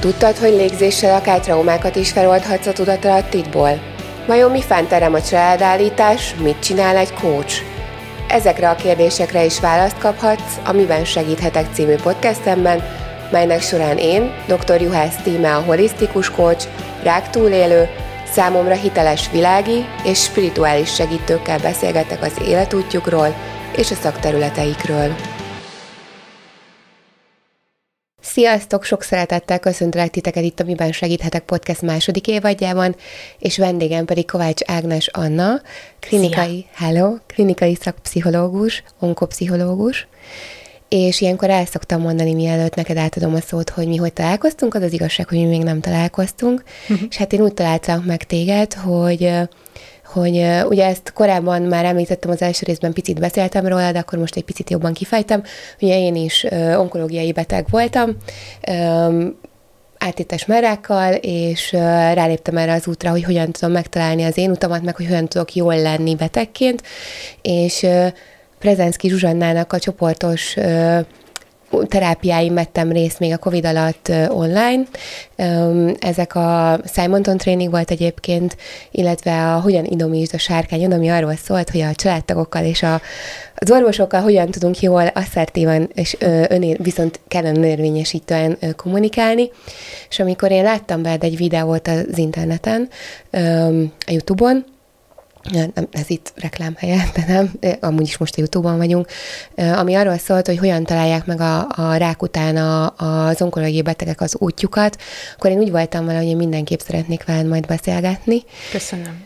Tudtad, hogy légzéssel akár traumákat is feloldhatsz a tudatalattiból? Vajon mi fánterem a családállítás, mit csinál egy coach? Ezekre a kérdésekre is választ kaphatsz a Miben segíthetek című podcastemben, melynek során én, dr. Juhász Tíme, a holisztikus coach, ráktúlélő, számomra hiteles világi és spirituális segítőkkel beszélgetek az életútjukról és a szakterületeikről. Sziasztok! Sok szeretettel köszöntelek titeket itt a Miben segíthetek podcast második évadjában, és vendégem pedig Kovács Ágnes Anna, klinikai szakpszichológus, onkopszichológus, és ilyenkor el szoktam mondani, mielőtt neked átadom a szót, hogy mi hogy találkoztunk, az az igazság, hogy mi még nem találkoztunk, és hát én úgy találtam meg téged, hogy ugye ezt korábban már említettem, az első részben picit beszéltem róla, de akkor most egy picit jobban kifejtem. Ugye én is onkológiai beteg voltam, áttétes márákkal, és ráléptem erre az útra, hogy hogyan tudom megtalálni az én utamat, meg hogy hogyan tudok jól lenni betegként, és Prezenszky Zsuzsannának a csoportos terápiáim vettem részt még a Covid alatt online. Ezek a Simonton tréning volt egyébként, illetve a Hogyan idomítsd a sárkányon, ami arról szólt, hogy a családtagokkal és az orvosokkal hogyan tudunk jól, asszertívan és viszont kellene önérvényesítően kommunikálni. És amikor én láttam beled egy videót az interneten, a YouTube-on, nem, ez itt reklámhelye, de nem, amúgy is most a YouTube-on vagyunk, ami arról szólt, hogy hogyan találják meg a rák után az onkológiai betegek az útjukat, akkor én úgy voltam vele, hogy én mindenképp szeretnék veled majd beszélgetni. Köszönöm.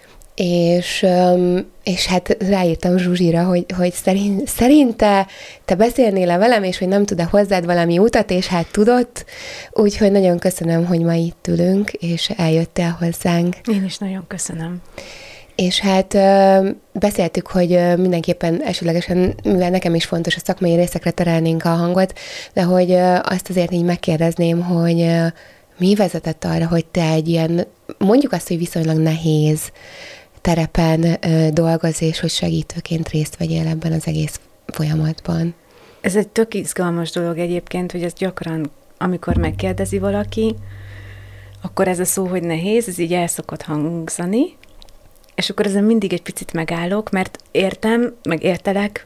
És hát ráírtam Zsuzsira, hogy szerinte te beszélnél velem, és hogy nem tud-e hozzád valami utat, és hát tudott, úgyhogy nagyon köszönöm, hogy ma itt ülünk, és eljöttél hozzánk. Én is nagyon köszönöm. És hát beszéltük, hogy mindenképpen elsőlegesen, mivel nekem is fontos, a szakmai részekre terelnénk a hangot, de hogy azt azért így megkérdezném, hogy mi vezetett arra, hogy te egy ilyen, mondjuk azt, hogy viszonylag nehéz terepen dolgozz, és hogy segítőként részt vegyél ebben az egész folyamatban. Ez egy tök izgalmas dolog egyébként, hogy ezt gyakran, amikor megkérdezi valaki, akkor ez a szó, hogy nehéz, ez így el szokott hangzani, és akkor ezen mindig egy picit megállok, mert értem, meg értelek,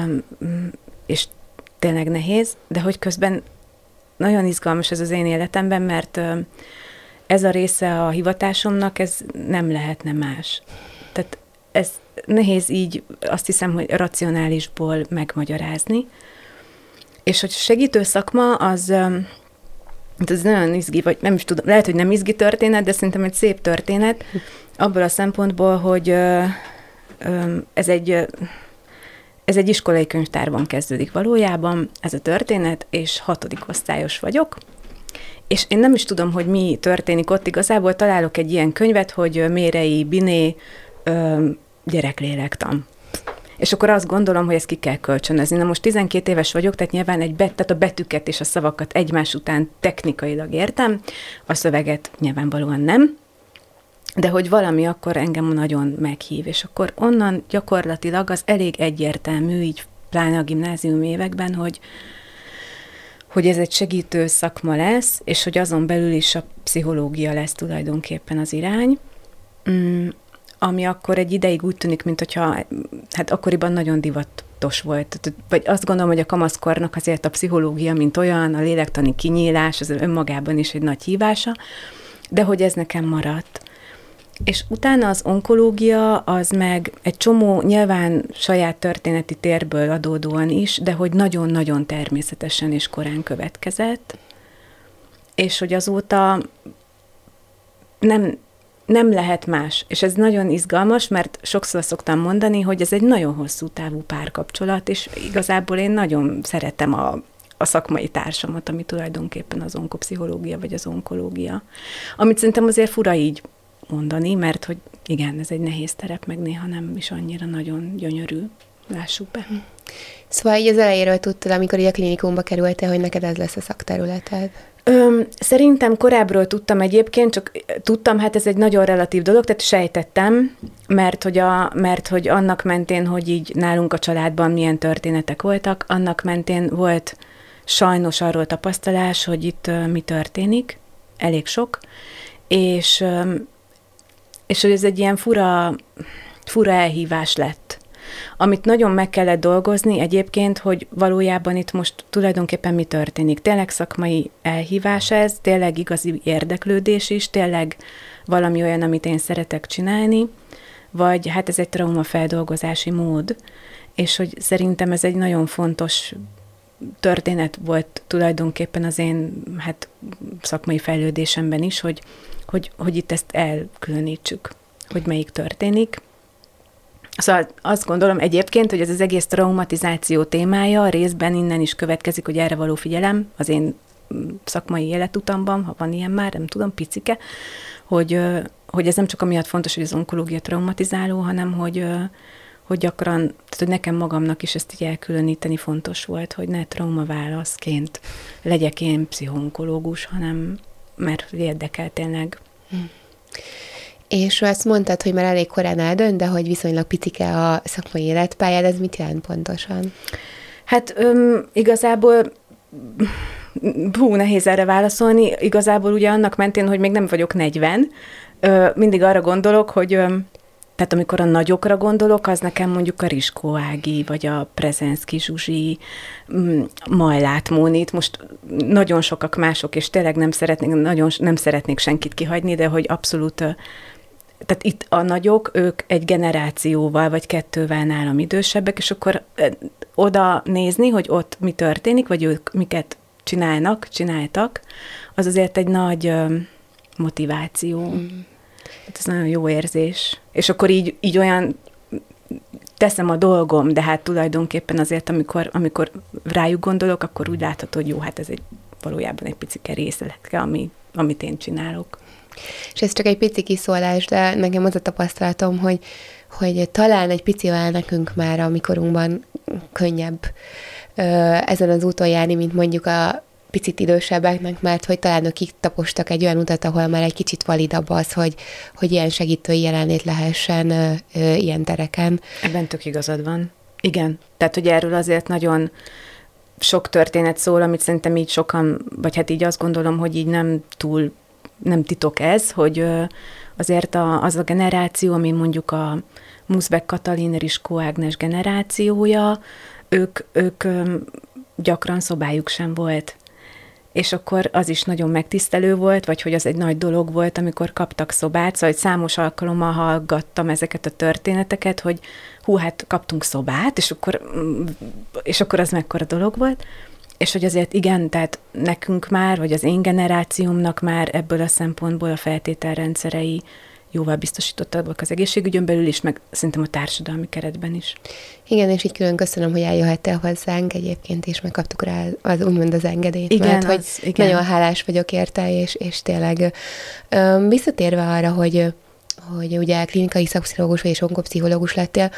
és tényleg nehéz, de hogy közben nagyon izgalmas ez az én életemben, mert ez a része a hivatásomnak, ez nem lehetne más. Tehát ez nehéz így, azt hiszem, hogy racionálisból megmagyarázni. És hogy segítő szakma, az nagyon izgi, vagy nem is tudom, lehet, hogy nem izgi történet, de szerintem egy szép történet, abból a szempontból, hogy ez egy iskolai könyvtárban kezdődik valójában, ez a történet, és 6. osztályos vagyok, és én nem is tudom, hogy mi történik ott, igazából találok egy ilyen könyvet, hogy Mérei Biné gyereklélektan. És akkor azt gondolom, hogy ezt ki kell kölcsönözni. Na most 12 éves vagyok, tehát nyilván tehát a betűket és a szavakat egymás után technikailag értem, a szöveget nyilvánvalóan nem, de hogy valami akkor engem nagyon meghív, és akkor onnan gyakorlatilag az elég egyértelmű, így pláne a gimnázium években, hogy ez egy segítő szakma lesz, és hogy azon belül is a pszichológia lesz tulajdonképpen az irány, ami akkor egy ideig úgy tűnik, mint hogyha, hát akkoriban nagyon divatos volt. Vagy azt gondolom, hogy a kamaszkornak azért a pszichológia, mint olyan, a lélektani kinyílás, az önmagában is egy nagy hívása, de hogy ez nekem maradt. És utána az onkológia, az meg egy csomó nyilván saját történeti térből adódóan is, de hogy nagyon-nagyon természetesen és korán következett, és hogy azóta nem lehet más. És ez nagyon izgalmas, mert sokszor szoktam mondani, hogy ez egy nagyon hosszú távú párkapcsolat, és igazából én nagyon szeretem a szakmai társamat, ami tulajdonképpen az onkopszichológia vagy az onkológia. Amit szerintem azért fura így mondani, mert hogy igen, ez egy nehéz terep, meg néha nem is annyira nagyon gyönyörű, lássuk be. Szóval így az elejéről tudtad, amikor így a klinikumba kerültél, hogy neked ez lesz a szakterületed? Szerintem korábbról tudtam egyébként, csak tudtam, hát ez egy nagyon relatív dolog, tehát sejtettem, mert hogy annak mentén, hogy így nálunk a családban milyen történetek voltak, annak mentén volt sajnos arról tapasztalás, hogy itt mi történik, elég sok, és hogy ez egy ilyen fura elhívás lett, amit nagyon meg kellett dolgozni egyébként, hogy valójában itt most tulajdonképpen mi történik. Tényleg szakmai elhívás ez, tényleg igazi érdeklődés is, tényleg valami olyan, amit én szeretek csinálni, vagy hát ez egy traumafeldolgozási mód, és hogy szerintem ez egy nagyon fontos történet volt tulajdonképpen az én szakmai fejlődésemben is, hogy itt ezt elkülönítsük, hogy melyik történik. Szóval azt gondolom egyébként, hogy ez az egész traumatizáció témája részben innen is következik, hogy erre való figyelem az én szakmai életutamban, ha van ilyen már, nem tudom, picike, hogy ez nem csak amiatt fontos, hogy az onkológia traumatizáló, hanem hogy gyakran, tehát hogy nekem magamnak is ezt így elkülöníteni fontos volt, hogy ne traumaválaszként legyek én pszichonkológus, hanem mert érdekel tényleg. És azt mondtad, hogy már elég korán eldönt, de hogy viszonylag picike a szakmai életpályád, ez mit jelent pontosan? Hát igazából nehéz erre válaszolni. Igazából ugye annak mentén, hogy még nem vagyok 40, mindig arra gondolok, hogy tehát amikor a nagyokra gondolok, az nekem mondjuk a Riskó Ági, vagy a Prezenszky Zsuzsi, Majlát Mónit, most nagyon sokak mások, és tényleg nem szeretnék senkit kihagyni, de hogy abszolút, tehát itt a nagyok, ők egy generációval, vagy 2-vel nálam idősebbek, és akkor oda nézni, hogy ott mi történik, vagy ők miket csináltak, az azért egy nagy motiváció. Ez nagyon jó érzés. És akkor így olyan teszem a dolgom, de hát tulajdonképpen azért, amikor rájuk gondolok, akkor úgy látható, hogy jó, hát ez valójában egy picike részletke, amit én csinálok. És ez csak egy pici kiszólás, de nekem az a tapasztalatom, hogy talán egy picivel nekünk már a mikorunkban könnyebb ezen az úton járni, mint mondjuk a picit idősebbeknek, mert hogy talán ők tapostak egy olyan utat, ahol már egy kicsit validabb az, hogy ilyen segítői jelenlét lehessen ilyen tereken. Ebben tök igazad van. Igen. Tehát, hogy erről azért nagyon sok történet szól, amit szerintem így sokan, vagy hát így azt gondolom, hogy így nem titok ez, hogy azért az a generáció, ami mondjuk a Muszbek Katalin, Riskó Ágnes generációja, ők gyakran szobájuk sem volt. És akkor az is nagyon megtisztelő volt, vagy hogy az egy nagy dolog volt, amikor kaptak szobát, szóval hogy számos alkalommal hallgattam ezeket a történeteket, hogy hát kaptunk szobát, és akkor az mekkora dolog volt, és hogy azért igen, tehát nekünk már, vagy az én generációmnak már ebből a szempontból a feltételrendszerei jóval biztosítottabbak az egészségügyön belül is, meg szerintem a társadalmi keretben is. Igen, és így külön köszönöm, hogy eljöhettél hozzánk egyébként, és megkaptuk rá úgymond az engedélyt, igen, mert hogy igen. Nagyon hálás vagyok érte, és tényleg visszatérve arra, hogy ugye klinikai szakpszichológus vagy és onkopszichológus lettél,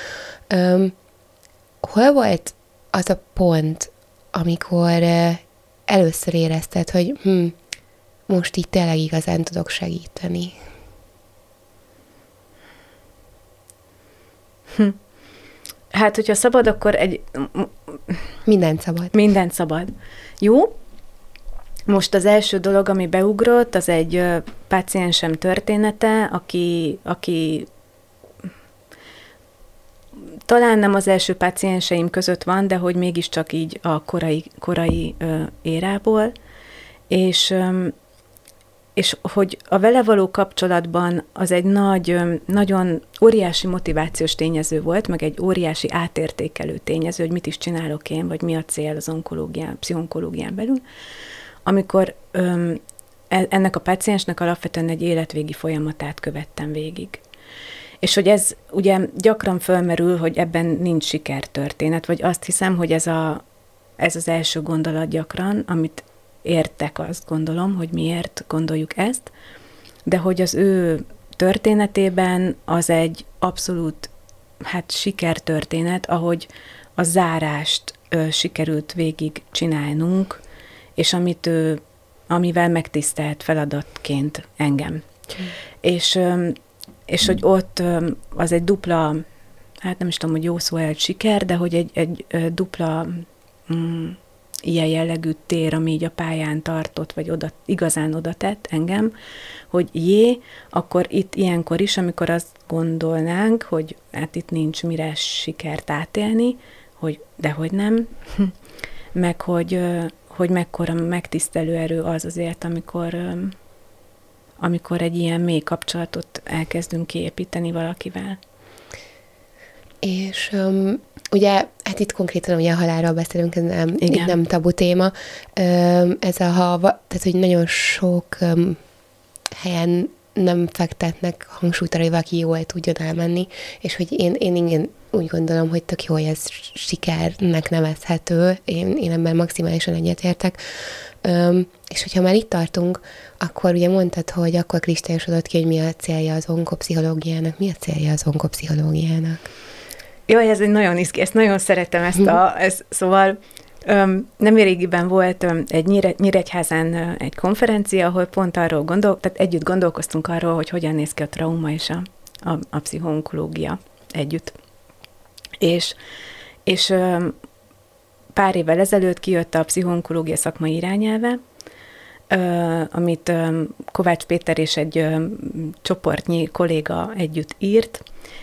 hol volt az a pont, amikor először érezted, hogy most így tényleg igazán tudok segíteni? Hát, hogyha szabad, akkor Mindent szabad. Mindent szabad. Jó. Most az első dolog, ami beugrott, az egy páciensem története, aki talán nem az első pácienseim között van, de hogy mégiscsak így a korai érából, és hogy a vele való kapcsolatban az egy nagyon óriási motivációs tényező volt, meg egy óriási átértékelő tényező, hogy mit is csinálok én, vagy mi a cél az pszichonkológián belül, amikor ennek a páciensnek alapvetően egy életvégi folyamatát követtem végig. És hogy ez ugye gyakran fölmerül, hogy ebben nincs sikertörténet, vagy azt hiszem, hogy ez az első gondolat gyakran, amit értek, azt gondolom, hogy miért gondoljuk ezt, de hogy az ő történetében az egy abszolút sikertörténet, ahogy a zárást sikerült végig csinálnunk, és amivel megtisztelt feladatként engem. És hogy ott az egy dupla, hát nem is tudom, hogy jó szó egy siker, de hogy egy dupla ilyen jellegű tér, ami így a pályán tartott, vagy igazán oda tett engem, hogy akkor itt ilyenkor is, amikor azt gondolnánk, hogy hát itt nincs mire sikert átélni, dehogy nem, meg hogy mekkora megtisztelő erő az azért, amikor egy ilyen mély kapcsolatot elkezdünk kiépíteni valakivel. És ugye, hát itt konkrétan ugye a halálról beszélünk, ez nem tabu téma. Ez tehát, hogy nagyon sok helyen nem fektetnek hangsúlyt arra, hogy valaki jól tudjon elmenni, és hogy én igen úgy gondolom, hogy tök jó, hogy ez sikernek nevezhető, én ebben maximálisan egyetértek. És hogyha már itt tartunk, akkor ugye mondtad, hogy akkor kristályosodott ki, hogy mi a célja az onkopszichológiának. Mi a célja az onkopszichológiának? Jaj, ez egy nagyon izgi, ezt nagyon szeretem szóval nemrégiben volt egy Nyíregyházán egy konferencia, ahol pont arról tehát együtt gondolkoztunk arról, hogy hogyan néz ki a trauma és a pszichoonkológia együtt. És pár évvel ezelőtt kijött a pszichoonkológia szakmai irányelve, amit Kovács Péter és egy csoportnyi kolléga együtt írt,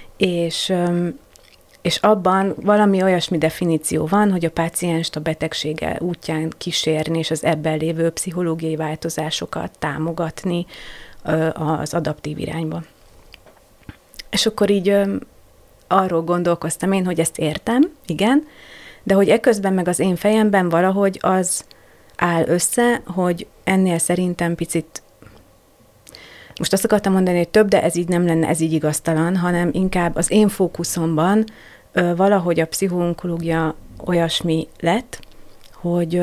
és abban valami olyasmi definíció van, hogy a pácienst a betegsége útján kísérni, és az ebben lévő pszichológiai változásokat támogatni az adaptív irányba. És akkor így arról gondolkoztam én, hogy ezt értem, igen, de hogy eközben meg az én fejemben valahogy az áll össze, hogy ennél szerintem picit, most azt akartam mondani, hogy több, de ez így nem lenne, ez így igaztalan, hanem inkább az én fókuszomban valahogy a pszichoonkológia olyasmi lett, hogy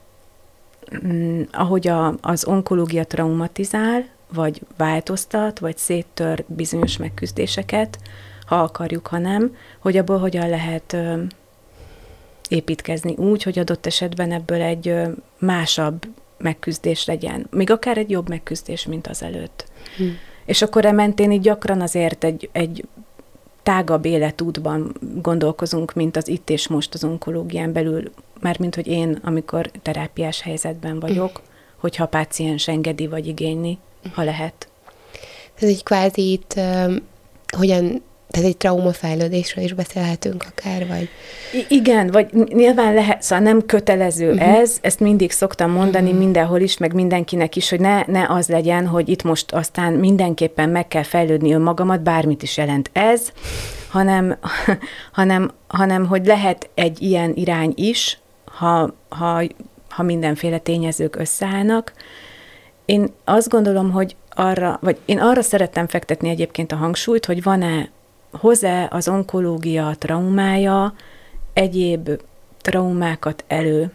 ahogy az onkológia traumatizál, vagy változtat, vagy széttör bizonyos megküzdéseket, ha akarjuk, ha nem, hogy abból hogyan lehet építkezni úgy, hogy adott esetben ebből egy másabb megküzdés legyen. Még akár egy jobb megküzdés, mint az előtt. És akkor ementén így gyakran azért egy tágabb életútban gondolkozunk, mint az itt és most az onkológián belül, mármint, hogy én, amikor terápiás helyzetben vagyok, hogyha a páciens engedi vagy igényli, ha lehet. Ez egy kvázi itt tehát egy traumafejlődésről is beszélhetünk akár, vagy... Igen, vagy nyilván lehet, szóval nem kötelező ezt mindig szoktam mondani mindenhol is, meg mindenkinek is, hogy ne az legyen, hogy itt most aztán mindenképpen meg kell fejlődni önmagamat, bármit is jelent ez, hanem hogy lehet egy ilyen irány is, ha mindenféle tényezők összeállnak. Én azt gondolom, hogy én arra szerettem fektetni egyébként a hangsúlyt, hogy hoz-e az onkológia traumája egyéb traumákat elő.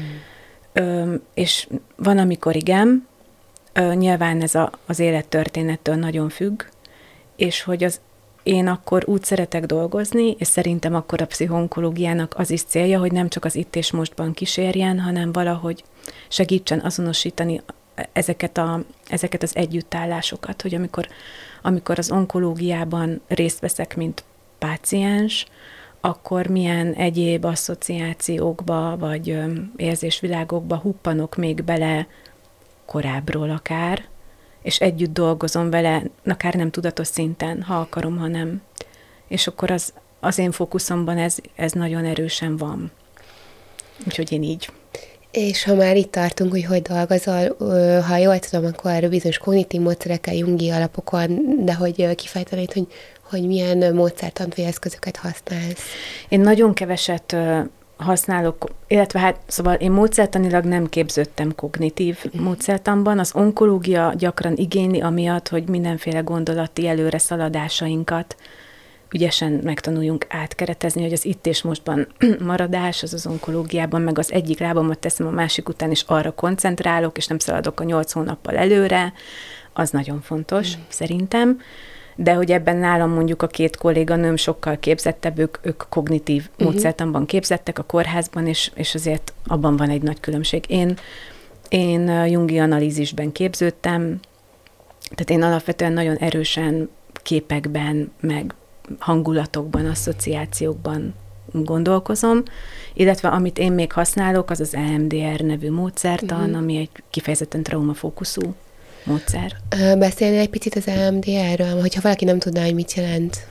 És van, amikor igen, nyilván ez az élettörténettől nagyon függ, és hogy én akkor úgy szeretek dolgozni, és szerintem akkor a pszichoonkológiának az is célja, hogy nem csak az itt és mostban kísérjen, hanem valahogy segítsen azonosítani ezeket az együttállásokat, hogy amikor az onkológiában részt veszek, mint páciens, akkor milyen egyéb asszociációkba, vagy érzésvilágokba huppanok még bele korábbról akár, és együtt dolgozom vele, akár nem tudatos szinten, ha akarom, ha nem. És akkor az én fókuszomban ez nagyon erősen van. Úgyhogy én így. És ha már itt tartunk, hogy dolgozol, ha jól tudom, akkor bizonyos kognitív módszerekkel, jungi alapokon, de hogy kifejtenéd, hogy milyen módszertant vagy eszközöket használsz? Én nagyon keveset használok, illetve hát szóval én módszertanilag nem képződtem kognitív módszertanban. Az onkológia gyakran igényli amiatt, hogy mindenféle gondolati előre szaladásainkat ügyesen megtanuljunk átkeretezni, hogy az itt és mostban maradás, az onkológiában, meg az egyik lábamat teszem a másik után, és arra koncentrálok, és nem szaladok a 8 hónappal előre, az nagyon fontos, szerintem. De hogy ebben nálam mondjuk a 2 kolléganőm sokkal képzettebb, ők kognitív módszertanban képzettek a kórházban, és azért abban van egy nagy különbség. Én jungi analízisben képződtem, tehát én alapvetően nagyon erősen képekben, meg hangulatokban, asszociációkban gondolkozom, illetve amit én még használok, az az EMDR nevű módszertan, ami egy kifejezetten traumafókuszú módszer. Beszélni egy picit az EMDR-ről, hogyha valaki nem tudná, hogy mit jelent.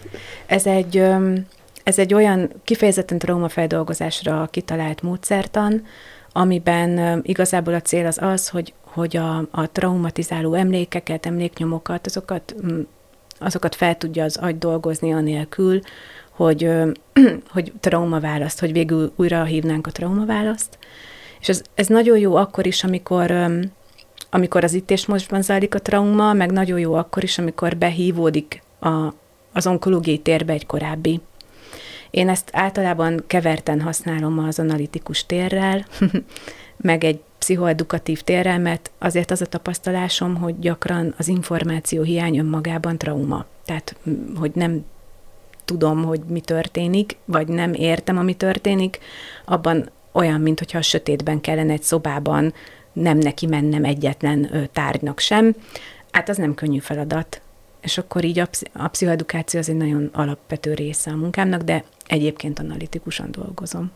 Ez egy olyan kifejezetten traumafeldolgozásra kitalált módszertan, amiben igazából a cél az, hogy a traumatizáló emlékeket, emléknyomokat, azokat fel tudja az agy dolgozni anélkül, hogy traumaválaszt, hogy végül újra hívnánk a traumaválaszt. És ez nagyon jó akkor is, amikor az itt és mostban zajlik a trauma, meg nagyon jó akkor is, amikor behívódik az onkológiai térbe egy korábbi. Én ezt általában keverten használom az analitikus térrel, meg egy pszichoedukatív térrel, mert azért az a tapasztalásom, hogy gyakran az információ hiány önmagában trauma. Tehát, hogy nem tudom, hogy mi történik, vagy nem értem, ami történik, abban olyan, mintha a sötétben kellene egy szobában nem neki mennem egyetlen tárgynak sem. Hát az nem könnyű feladat. És akkor így a pszichoedukáció az egy nagyon alapvető része a munkámnak, de egyébként analitikusan dolgozom.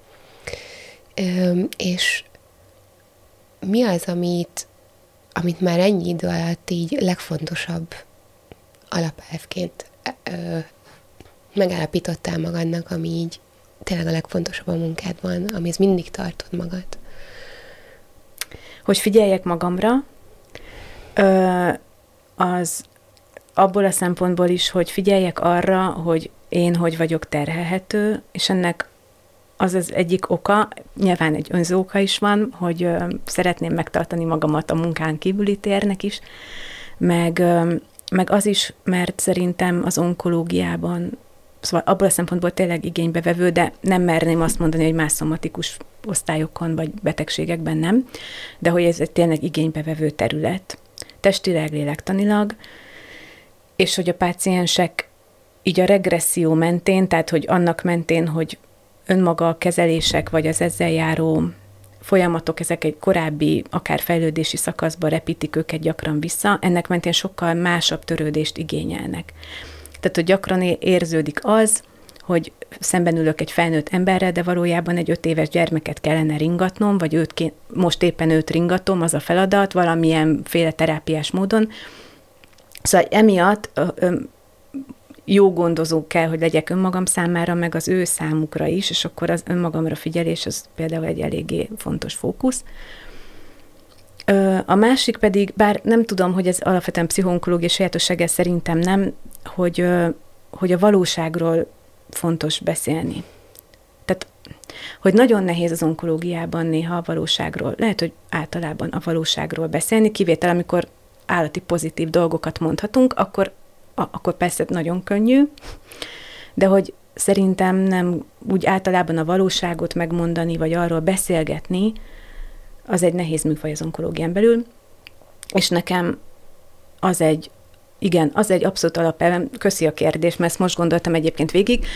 És mi az, amit már ennyi idő alatt így legfontosabb alapelvként megállapítottál magadnak, ami így tényleg a legfontosabb a munkádban, amihez mindig tartod magad? Hogy figyeljek magamra, az abból a szempontból is, hogy figyeljek arra, hogy én hogy vagyok terhelhető, és ennek az egyik oka, nyilván egy önző oka is van, hogy szeretném megtartani magamat a munkán kívüli térnek is, meg az is, mert szerintem az onkológiában, szóval abból a szempontból tényleg igénybevevő, de nem merném azt mondani, hogy más szomatikus osztályokon vagy betegségekben nem, de hogy ez egy tényleg igénybevevő terület, testileg, lélektanilag, és hogy a páciensek így a regresszió mentén, tehát hogy annak mentén, hogy önmaga a kezelések, vagy az ezzel járó folyamatok, ezek egy korábbi, akár fejlődési szakaszba repítik őket gyakran vissza, ennek mentén sokkal másabb törődést igényelnek. Tehát, hogy gyakran érződik az, hogy szemben ülök egy felnőtt emberrel, de valójában egy 5 éves gyermeket kellene ringatnom, vagy most éppen őt ringatom, az a feladat, valamilyen féle terápiás módon. Szóval emiatt jó gondozó kell, hogy legyek önmagam számára, meg az ő számukra is, és akkor az önmagamra figyelés, az például egy eléggé fontos fókusz. A másik pedig, bár nem tudom, hogy ez alapvetően pszichoonkológiai sajátossága, szerintem nem, hogy a valóságról fontos beszélni. Tehát, hogy nagyon nehéz az onkológiában néha a valóságról, lehet, hogy általában a valóságról beszélni, kivétel, amikor állati pozitív dolgokat mondhatunk, akkor persze nagyon könnyű, de hogy szerintem nem úgy általában a valóságot megmondani, vagy arról beszélgetni, az egy nehéz műfaj az onkológián belül, és nekem az egy abszolút alapelvem, köszi a kérdést, mert ezt most gondoltam egyébként végig,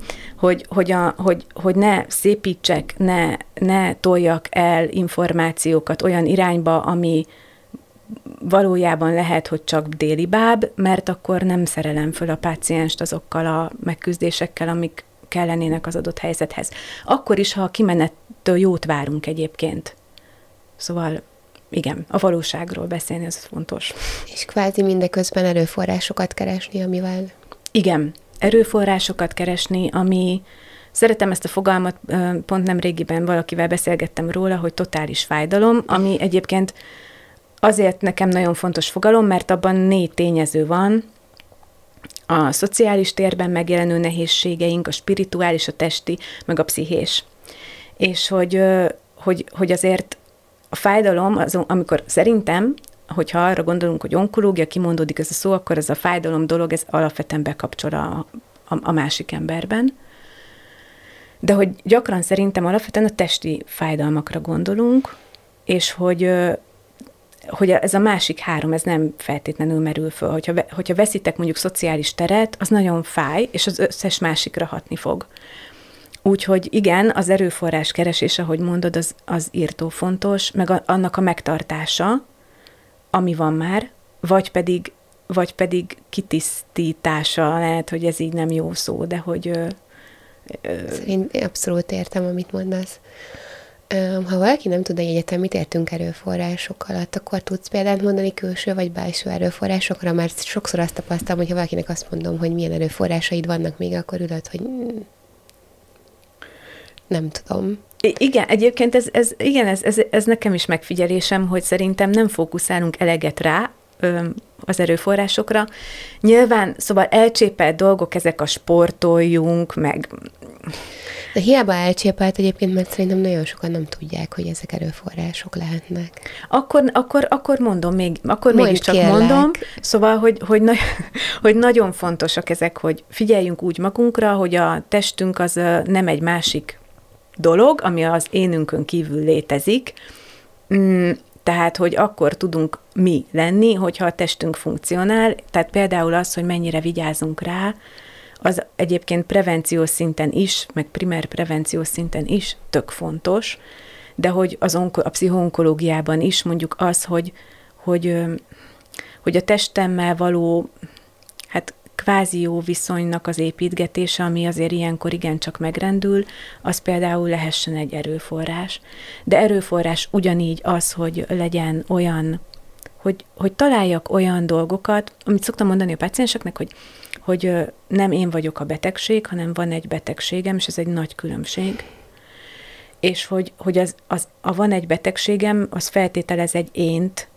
hogy ne szépítsek, ne toljak el információkat olyan irányba, ami valójában lehet, hogy csak délibáb, mert akkor nem szerelem föl a pácienst azokkal a megküzdésekkel, amik kellenének az adott helyzethez. Akkor is, ha a kimenettől jót várunk egyébként. Szóval igen, a valóságról beszélni, ez fontos. És kvázi mindeközben erőforrásokat keresni, amivel... Igen, erőforrásokat keresni, ami... Szeretem ezt a fogalmat, pont nemrégiben valakivel beszélgettem róla, hogy totális fájdalom, ami egyébként azért nekem nagyon fontos fogalom, mert abban 4 tényező van, a szociális térben megjelenő nehézségeink, a spirituális, a testi, meg a pszichés. És hogy azért a fájdalom, amikor szerintem, hogyha arra gondolunk, hogy onkológia, kimondódik ez a szó, akkor ez a fájdalom dolog, ez alapvetően bekapcsol a másik emberben. De hogy gyakran szerintem alapvetően a testi fájdalmakra gondolunk, és hogy ez a másik 3, ez nem feltétlenül merül föl. Hogyha veszitek mondjuk szociális teret, az nagyon fáj, és az összes másikra hatni fog. Úgyhogy igen, az erőforrás keresés, ahogy mondod, az írtó fontos, meg annak a megtartása, ami van már, vagy pedig kitisztítása, lehet, hogy ez így nem jó szó, de hogy Szerint abszolút értem, amit mondasz. Ha valaki nem tud egy egyetem, mit értünk erőforrások alatt, akkor tudsz példát mondani külső vagy belső erőforrásokra, mert sokszor azt tapasztalom, hogy ha valakinek azt mondom, hogy milyen erőforrásaid vannak még, akkor ülöd, hogy nem tudom. Igen, egyébként ez nekem is megfigyelésem, hogy szerintem nem fókuszálunk eleget rá az erőforrásokra. Nyilván, szóval elcsépelt dolgok, ezek a sportoljunk, meg... De hiába elcsépelt egyébként, mert szerintem nagyon sokan nem tudják, hogy ezek erőforrások lehetnek. Akkor mondom mégiscsak mondom. Szóval, hogy nagyon fontosak ezek, hogy figyeljünk úgy magunkra, hogy a testünk az nem egy másik dolog, ami az énünkön kívül létezik, tehát, hogy akkor tudunk mi lenni, hogyha a testünk funkcionál, tehát például az, hogy mennyire vigyázunk rá, az egyébként prevenciós szinten is, meg primer prevenciós szinten is tök fontos, de hogy a pszichoonkológiában is mondjuk az, hogy a testemmel való, hát kvázi jó viszonynak az építgetése, ami azért ilyenkor igencsak megrendül, az például lehessen egy erőforrás. De erőforrás ugyanígy az, hogy legyen olyan, hogy találjak olyan dolgokat, amit szoktam mondani a pácienseknek, hogy nem én vagyok a betegség, hanem van egy betegségem, és ez egy nagy különbség. És hogy van egy betegségem, az feltételez egy ént,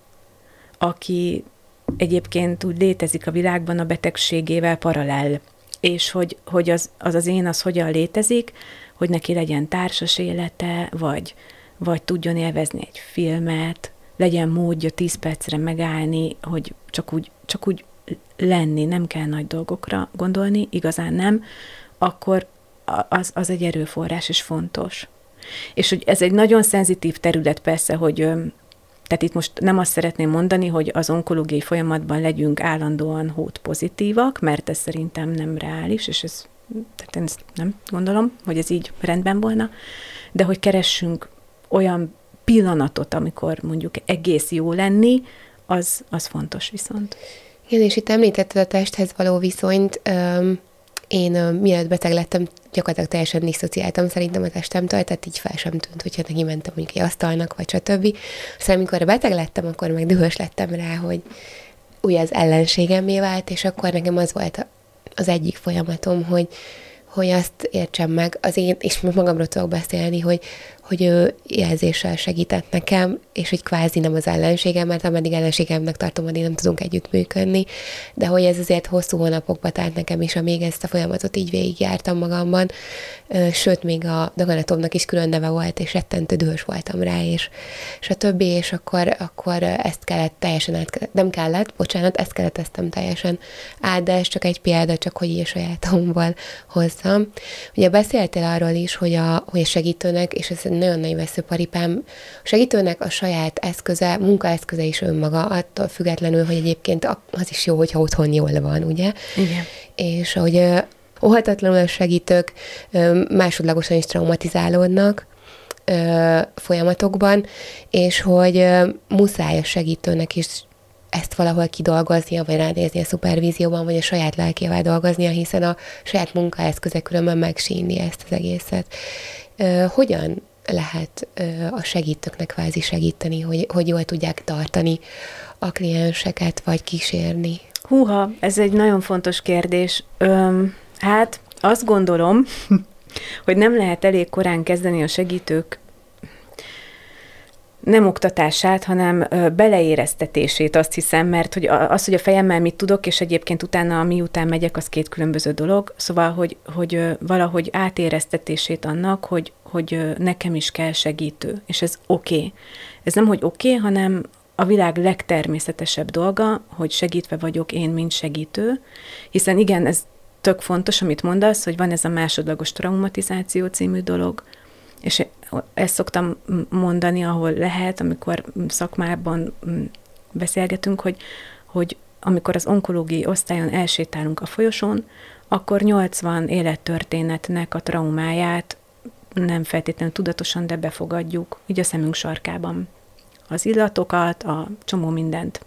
aki egyébként úgy létezik a világban a betegségével paralel. És hogy az én az hogyan létezik, hogy neki legyen társas élete, vagy tudjon élvezni egy filmet, legyen módja 10 percre megállni, hogy csak úgy lenni, nem kell nagy dolgokra gondolni, igazán nem, akkor az egy erőforrás, és fontos. És hogy ez egy nagyon szenzitív terület persze, hogy tehát itt most nem azt szeretném mondani, hogy az onkológiai folyamatban legyünk állandóan hót pozitívak, mert ez szerintem nem reális, és tehát én ezt nem gondolom, hogy ez így rendben volna, de hogy keressünk olyan pillanatot, amikor mondjuk egész jó lenni, az fontos viszont. Igen, és itt említetted a testhez való viszonyt. Én mielőtt beteg lettem, gyakorlatilag teljesen diszociáltam szerintem a testemtől, tehát így fel sem tűnt, hogyha neki mentem mondjuk egy asztalnak, vagy stb. Aztán amikor beteg lettem, akkor meg dühös lettem rá, hogy új az ellenségemmé vált, és akkor nekem az volt az egyik folyamatom, hogy azt értsem meg, és magamról tudok beszélni, hogy ő jelzéssel segített nekem, és hogy kvázi nem az ellenségem, mert ameddig ellenségemnek tartom, addig nem tudunk együttműködni, de hogy ez azért hosszú hónapokba telt nekem is, amíg ezt a folyamatot így végigjártam magamban, sőt, még a daganatomnak is külön neve volt, és rettentő dühös voltam rá, és a többi, és akkor ezt kellett teljesen ezt kereteztem teljesen át, de ez csak egy példa, csak hogy így a sajátomból hozzam. Ugye beszéltél arról is, hogy a segítőnek, és ez egy nagyon nagy veszőparipám, a segítőnek a saját eszköze, munkaeszköze is önmaga, attól függetlenül, hogy egyébként az is jó, hogyha otthon jól van, ugye? Igen. És hogy óhatatlanul a segítők másodlagosan is traumatizálódnak folyamatokban, és hogy muszáj a segítőnek is ezt valahol kidolgoznia, vagy ránézni a szupervízióban, vagy a saját lelkével dolgoznia, hiszen a saját munkaeszköze különben megsínli ezt az egészet. Hogyan lehet a segítőknek kvázi segíteni, hogy jól tudják tartani a klienseket, vagy kísérni? Húha, ez egy nagyon fontos kérdés. Hát azt gondolom, hogy nem lehet elég korán kezdeni a segítők nem oktatását, hanem beleéreztetését, azt hiszem, mert hogy hogy a fejemmel mit tudok, és egyébként utána, miután megyek, az két különböző dolog. Szóval, hogy valahogy átéreztetését annak, hogy nekem is kell segítő, és ez oké. Ez nem, hogy oké, hanem a világ legtermészetesebb dolga, hogy segítve vagyok én, mint segítő, hiszen igen, ez tök fontos, amit mondasz, hogy van ez a másodlagos traumatizáció című dolog, és ezt szoktam mondani, ahol lehet, amikor szakmában beszélgetünk, hogy amikor az onkológiai osztályon elsétálunk a folyosón, akkor 80 élettörténetnek a traumáját nem feltétlenül tudatosan, de befogadjuk, így a szemünk sarkában. Az illatokat, a csomó mindent.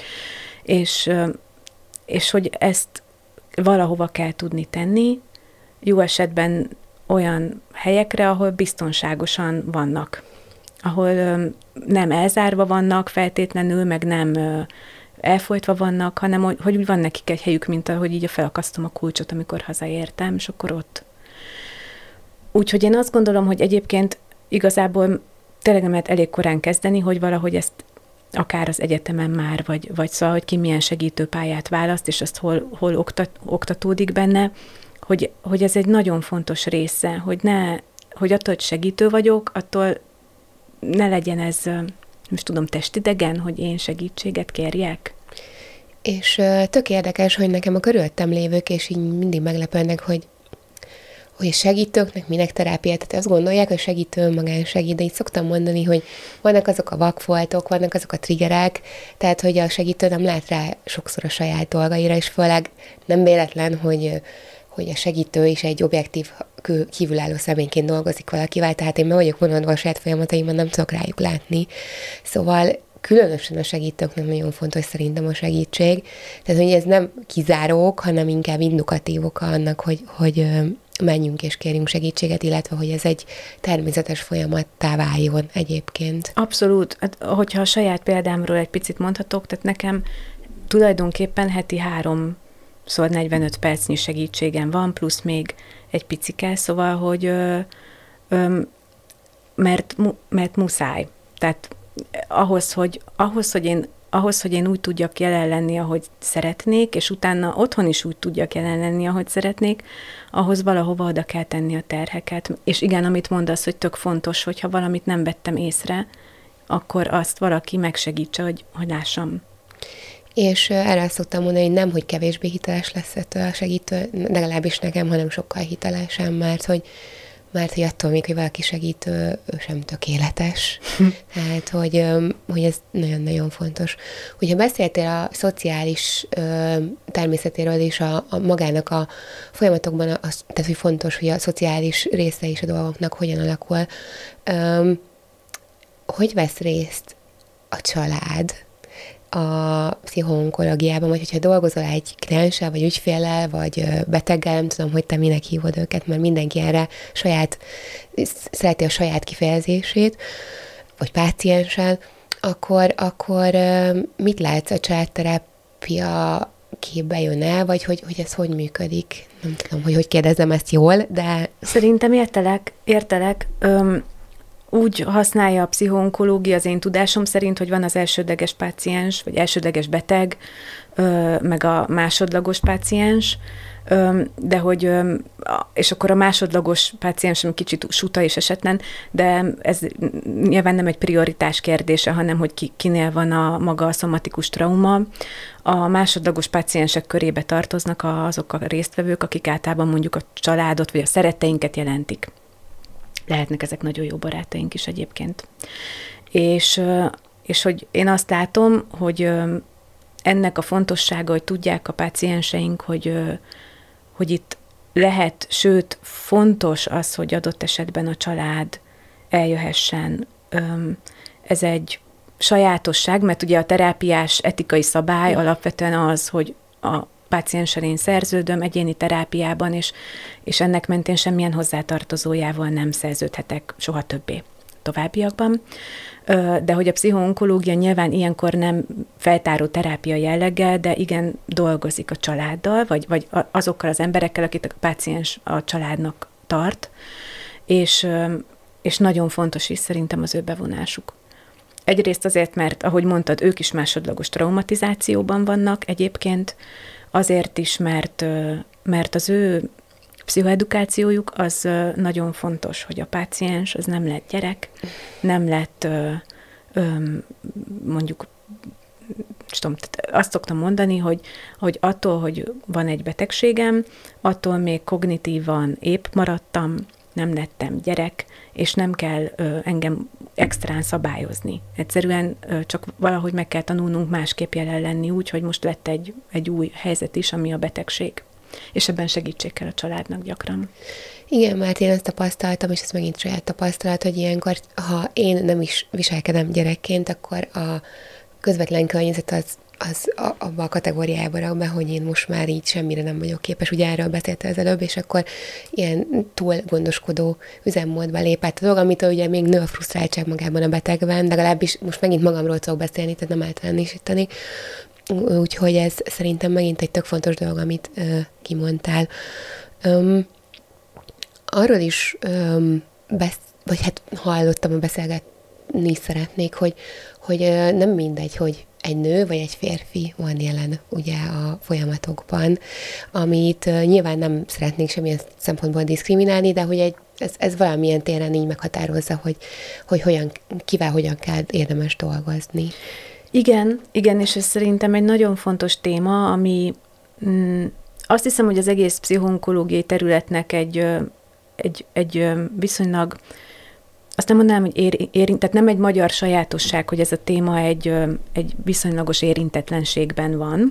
És hogy ezt valahova kell tudni tenni, jó esetben olyan helyekre, ahol biztonságosan vannak, ahol nem elzárva vannak feltétlenül, meg nem elfolytva vannak, hanem hogy úgy van nekik egy helyük, mint ahogy így felakasztom a kulcsot, amikor hazaértem, és akkor ott. Úgyhogy én azt gondolom, hogy egyébként igazából tényleg nem lehet elég korán kezdeni, hogy valahogy ezt akár az egyetemen már, vagy szóval, hogy ki milyen segítőpályát választ, és azt hol oktatódik benne, hogy ez egy nagyon fontos része, hogy attól, hogy segítő vagyok, attól ne legyen ez, most tudom, testidegen, hogy én segítséget kérjek. És tök érdekes, hogy nekem a körülöttem lévők, és így mindig meglepődnek, hogy segítőknek minek terápia, tehát azt gondolják, hogy segítő önmagán segít, de így szoktam mondani, hogy vannak azok a vakfoltok, vannak azok a triggerek, tehát hogy a segítő nem lát rá sokszor a saját dolgaira, és főleg nem véletlen, hogy a segítő is egy objektív, kívülálló személyként dolgozik valakivel, tehát én be vagyok vonódva a saját folyamataimban, nem tudok rájuk látni. Szóval különösen a segítőknek nagyon fontos szerintem a segítség. Tehát, hogy ez nem kizárók, hanem inkább indukatívok annak, hogy menjünk és kérjünk segítséget, illetve hogy ez egy természetes folyamattá váljon egyébként. Abszolút. Hát, hogyha a saját példámról egy picit mondhatok, tehát nekem tulajdonképpen heti 3-szor 45 percnyi segítségem van, plusz még egy picike, szóval, hogy mert muszáj. Tehát ahhoz, hogy én úgy tudjak jelen lenni, ahogy szeretnék, és utána otthon is úgy tudjak jelen lenni, ahogy szeretnék, ahhoz valahova oda kell tenni a terheket. És igen, amit mondasz, hogy tök fontos, hogyha valamit nem vettem észre, akkor azt valaki megsegítse, hogy lássam. És erre azt szoktam mondani, hogy nem, hogy kevésbé hiteles lesz ettől a segítő, legalábbis nekem, hanem sokkal hitelesem, mert hogy attól még, hogy valaki segítő, ő sem tökéletes. Tehát, hogy ez nagyon-nagyon fontos. Hogyha beszéltél a szociális természetéről és a magának a folyamatokban, tehát, hogy fontos, hogy a szociális része is a dolgoknak hogyan alakul. Hogy vesz részt a család a pszichoonkológiában, vagy hogyha dolgozol egy klienssel, vagy ügyféllel, vagy beteggel, nem tudom, hogy te minek hívod őket, mert mindenki erre szereti a saját kifejezését, vagy pácienssel, akkor mit látsz, a családterápia képbe jön el, vagy hogy ez hogy működik? Nem tudom, hogy kérdezem ezt jól, de... Szerintem értelek. Úgy használja a pszichoonkológia az én tudásom szerint, hogy van az elsődleges páciens, vagy elsődleges beteg, meg a másodlagos páciens, de hogy, és akkor a másodlagos páciens egy kicsit suta és esetlen, de ez nyilván nem egy prioritás kérdése, hanem hogy kinél van maga a szomatikus trauma. A másodlagos páciensek körébe tartoznak azok a résztvevők, akik általában mondjuk a családot vagy a szeretteinket jelentik. Lehetnek ezek nagyon jó barátaink is egyébként. És hogy én azt látom, hogy ennek a fontossága, hogy tudják a pácienseink, hogy itt lehet, sőt, fontos az, hogy adott esetben a család eljöhessen. Ez egy sajátosság, mert ugye a terápiás etikai szabály alapvetően az, hogy a pácienssel én szerződöm egyéni terápiában, és ennek mentén semmilyen hozzátartozójával nem szerződhetek soha többé továbbiakban. De hogy a pszichoonkológia nyilván ilyenkor nem feltáró terápia jelleggel, de igen, dolgozik a családdal, vagy azokkal az emberekkel, akit a páciens a családnak tart, és nagyon fontos is szerintem az ő bevonásuk. Egyrészt azért, mert, ahogy mondtad, ők is másodlagos traumatizációban vannak egyébként, azért is, mert az ő pszichoedukációjuk az nagyon fontos, hogy a páciens az nem lett gyerek, nem lett mondjuk, azt szoktam mondani, hogy attól, hogy van egy betegségem, attól még kognitívan épp maradtam, nem lettem gyerek, és nem kell engem extrán szabályozni. Egyszerűen csak valahogy meg kell tanulnunk másképp jelen lenni úgy, hogy most lett egy új helyzet is, ami a betegség. És ebben segítség kell a családnak gyakran. Igen, mert én ezt tapasztaltam, és ez megint saját tapasztalat, hogy ilyenkor, ha én nem is viselkedem gyerekként, akkor a közvetlen környezet az abba a kategóriába rak be, hogy én most már így semmire nem vagyok képes. Ugye erről beszélte az előbb, és akkor ilyen túl gondoskodó üzemmódba lép át a dolog, amitől ugye még nő a frusztráltság magában a betegben, legalábbis most megint magamról tudok beszélni, tehát nem általánosítani. Úgyhogy ez szerintem megint egy tök fontos dolog, amit kimondtál. Arról is vagy hát hallottam, hogy beszélgetni szeretnék, hogy nem mindegy, hogy egy nő vagy egy férfi van jelen ugye a folyamatokban, amit nyilván nem szeretnék semmilyen szempontból diszkriminálni, de hogy ez valamilyen téren így meghatározza, hogy kivel hogyan kell érdemes dolgozni. Igen, és ez szerintem egy nagyon fontos téma, ami azt hiszem, hogy az egész pszichoonkológiai területnek egy viszonylag, azt nem mondanám, hogy tehát nem egy magyar sajátosság, hogy ez a téma egy viszonylagos érintetlenségben van,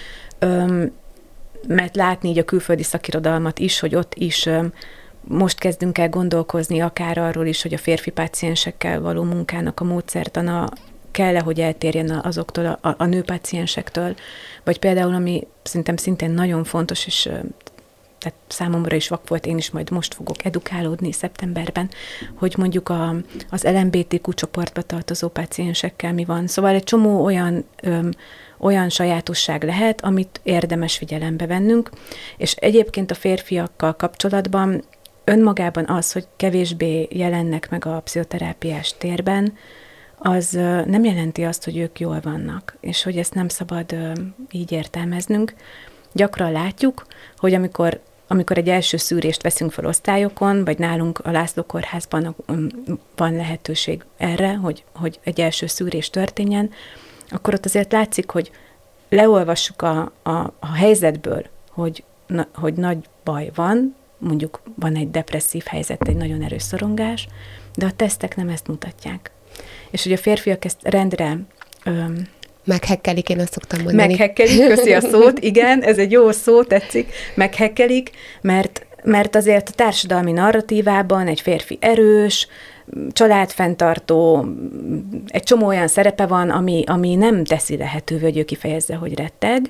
mert látni így a külföldi szakirodalmat is, hogy ott is most kezdünk el gondolkozni akár arról is, hogy a férfi páciensekkel való munkának a módszertana kell-e, hogy eltérjen azoktól a nőpáciensektől, vagy például, ami szerintem szintén nagyon fontos, és tehát számomra is vak volt, én is majd most fogok edukálódni szeptemberben, hogy mondjuk az LMBTQ csoportba tartozó páciensekkel mi van. Szóval egy csomó olyan sajátosság lehet, amit érdemes figyelembe vennünk, és egyébként a férfiakkal kapcsolatban önmagában az, hogy kevésbé jelennek meg a pszichoterápiás térben, az nem jelenti azt, hogy ők jól vannak, és hogy ezt nem szabad így értelmeznünk. Gyakran látjuk, hogy amikor egy első szűrést veszünk fel osztályokon, vagy nálunk a László Kórházban van lehetőség erre, hogy egy első szűrés történjen, akkor ott azért látszik, hogy leolvassuk a helyzetből, hogy nagy baj van, mondjuk van egy depresszív helyzet, egy nagyon erős szorongás, de a tesztek nem ezt mutatják. És hogy a férfiak ezt rendre meghekkelik, én azt szoktam mondani. Meghekkelik, köszi a szót, igen, ez egy jó szó, tetszik, meghekkelik, mert azért a társadalmi narratívában egy férfi erős, családfenntartó, egy csomó olyan szerepe van, ami nem teszi lehetővé, hogy ő kifejezze, hogy retteg.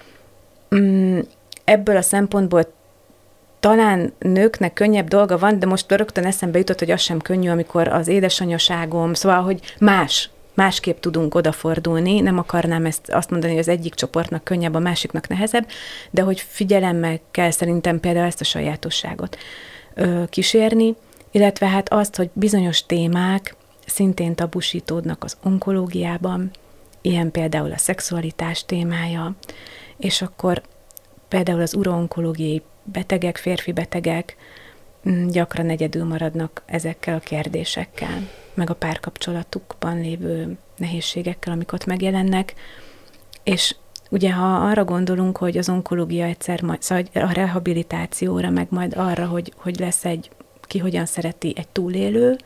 Ebből a szempontból talán nőknek könnyebb dolga van, de most rögtön eszembe jutott, hogy az sem könnyű, amikor az édesanyaságom, szóval, hogy másképp tudunk odafordulni, nem akarnám azt mondani, hogy az egyik csoportnak könnyebb, a másiknak nehezebb, de hogy figyelemmel kell szerintem például ezt a sajátosságot kísérni, illetve hát azt, hogy bizonyos témák szintén tabusítódnak az onkológiában, ilyen például a szexualitás témája, és akkor például az uro-onkológiai betegek, férfi betegek gyakran egyedül maradnak ezekkel a kérdésekkel, meg a párkapcsolatukban lévő nehézségekkel, amik ott megjelennek, és ugye ha arra gondolunk, hogy az onkológia egyszer majd, szóval a rehabilitációra, meg majd arra, hogy lesz ki hogyan szereti egy túlélő,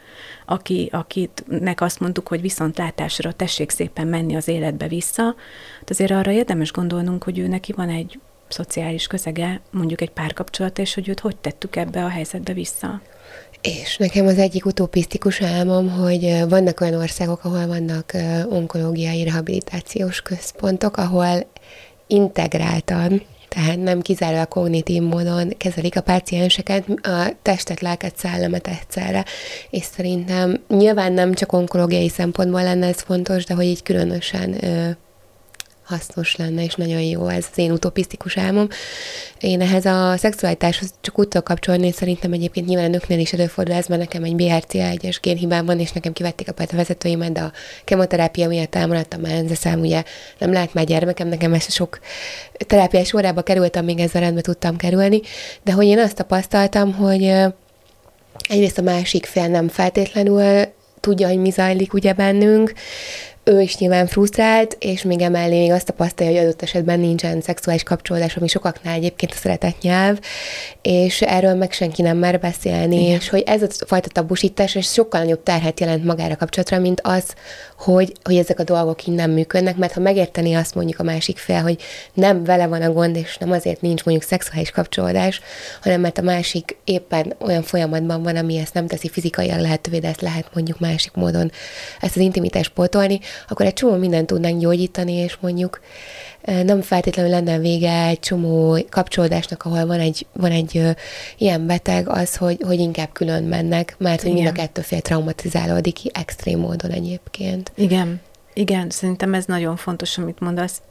akitnek azt mondtuk, hogy viszontlátásra tessék szépen menni az életbe vissza, azért arra érdemes gondolnunk, hogy ő neki van egy szociális közege, mondjuk egy párkapcsolata, és hogy őt hogy tettük ebbe a helyzetbe vissza. És nekem az egyik utopisztikus álmom, hogy vannak olyan országok, ahol vannak onkológiai rehabilitációs központok, ahol integráltan, tehát nem kizárólag kognitív módon kezelik a pácienseket, a testet, lelket, szellemet egyszerre. És szerintem nyilván nem csak onkológiai szempontból lenne ez fontos, de hogy így különösen hasznos lenne, és nagyon jó, ez az én utopisztikus álmom. Én ehhez a szexualitáshoz csak úgy tudok kapcsolni, és szerintem egyébként nyilván a nőknél is előfordul ez, mert nekem egy BRCA1-es génhibám van, és nekem kivették a vezetőimet, de a kemoterápia miatt elmaradt a menzeszám, ugye nem lehet már gyermekem, nekem ezt sok terápiás órába kerültem, még ezzel rendbe tudtam kerülni, de hogy én azt tapasztaltam, hogy egyrészt a másik fél nem feltétlenül tudja, hogy mi zajlik ugye bennünk, ő is nyilván frusztrált, és még emellé még azt tapasztalja, hogy adott esetben nincsen szexuális kapcsolódás, ami sokaknál egyébként a szeretett nyelv, és erről meg senki nem mer beszélni, igen. És hogy ez a fajta tabusítás, és sokkal nagyobb terhet jelent magára kapcsolatra, mint az, hogy ezek a dolgok így nem működnek, mert ha megérteni azt mondjuk a másik fél, hogy nem vele van a gond, és nem azért nincs mondjuk szexuális kapcsolódás, hanem mert a másik éppen olyan folyamatban van, ami ezt nem teszi fizikailag lehetővé, de ezt lehet mondjuk másik módon ezt az intimitást pótolni, akkor egy csomó mindent tudnánk gyógyítani, és mondjuk nem feltétlenül lenne vége egy csomó kapcsolódásnak, ahol van egy ilyen beteg, az, hogy inkább külön mennek, mert hogy mind a kettő fél traumatizálódik ki extrém módon egyébként. Igen, szerintem ez nagyon fontos, amit mondasz,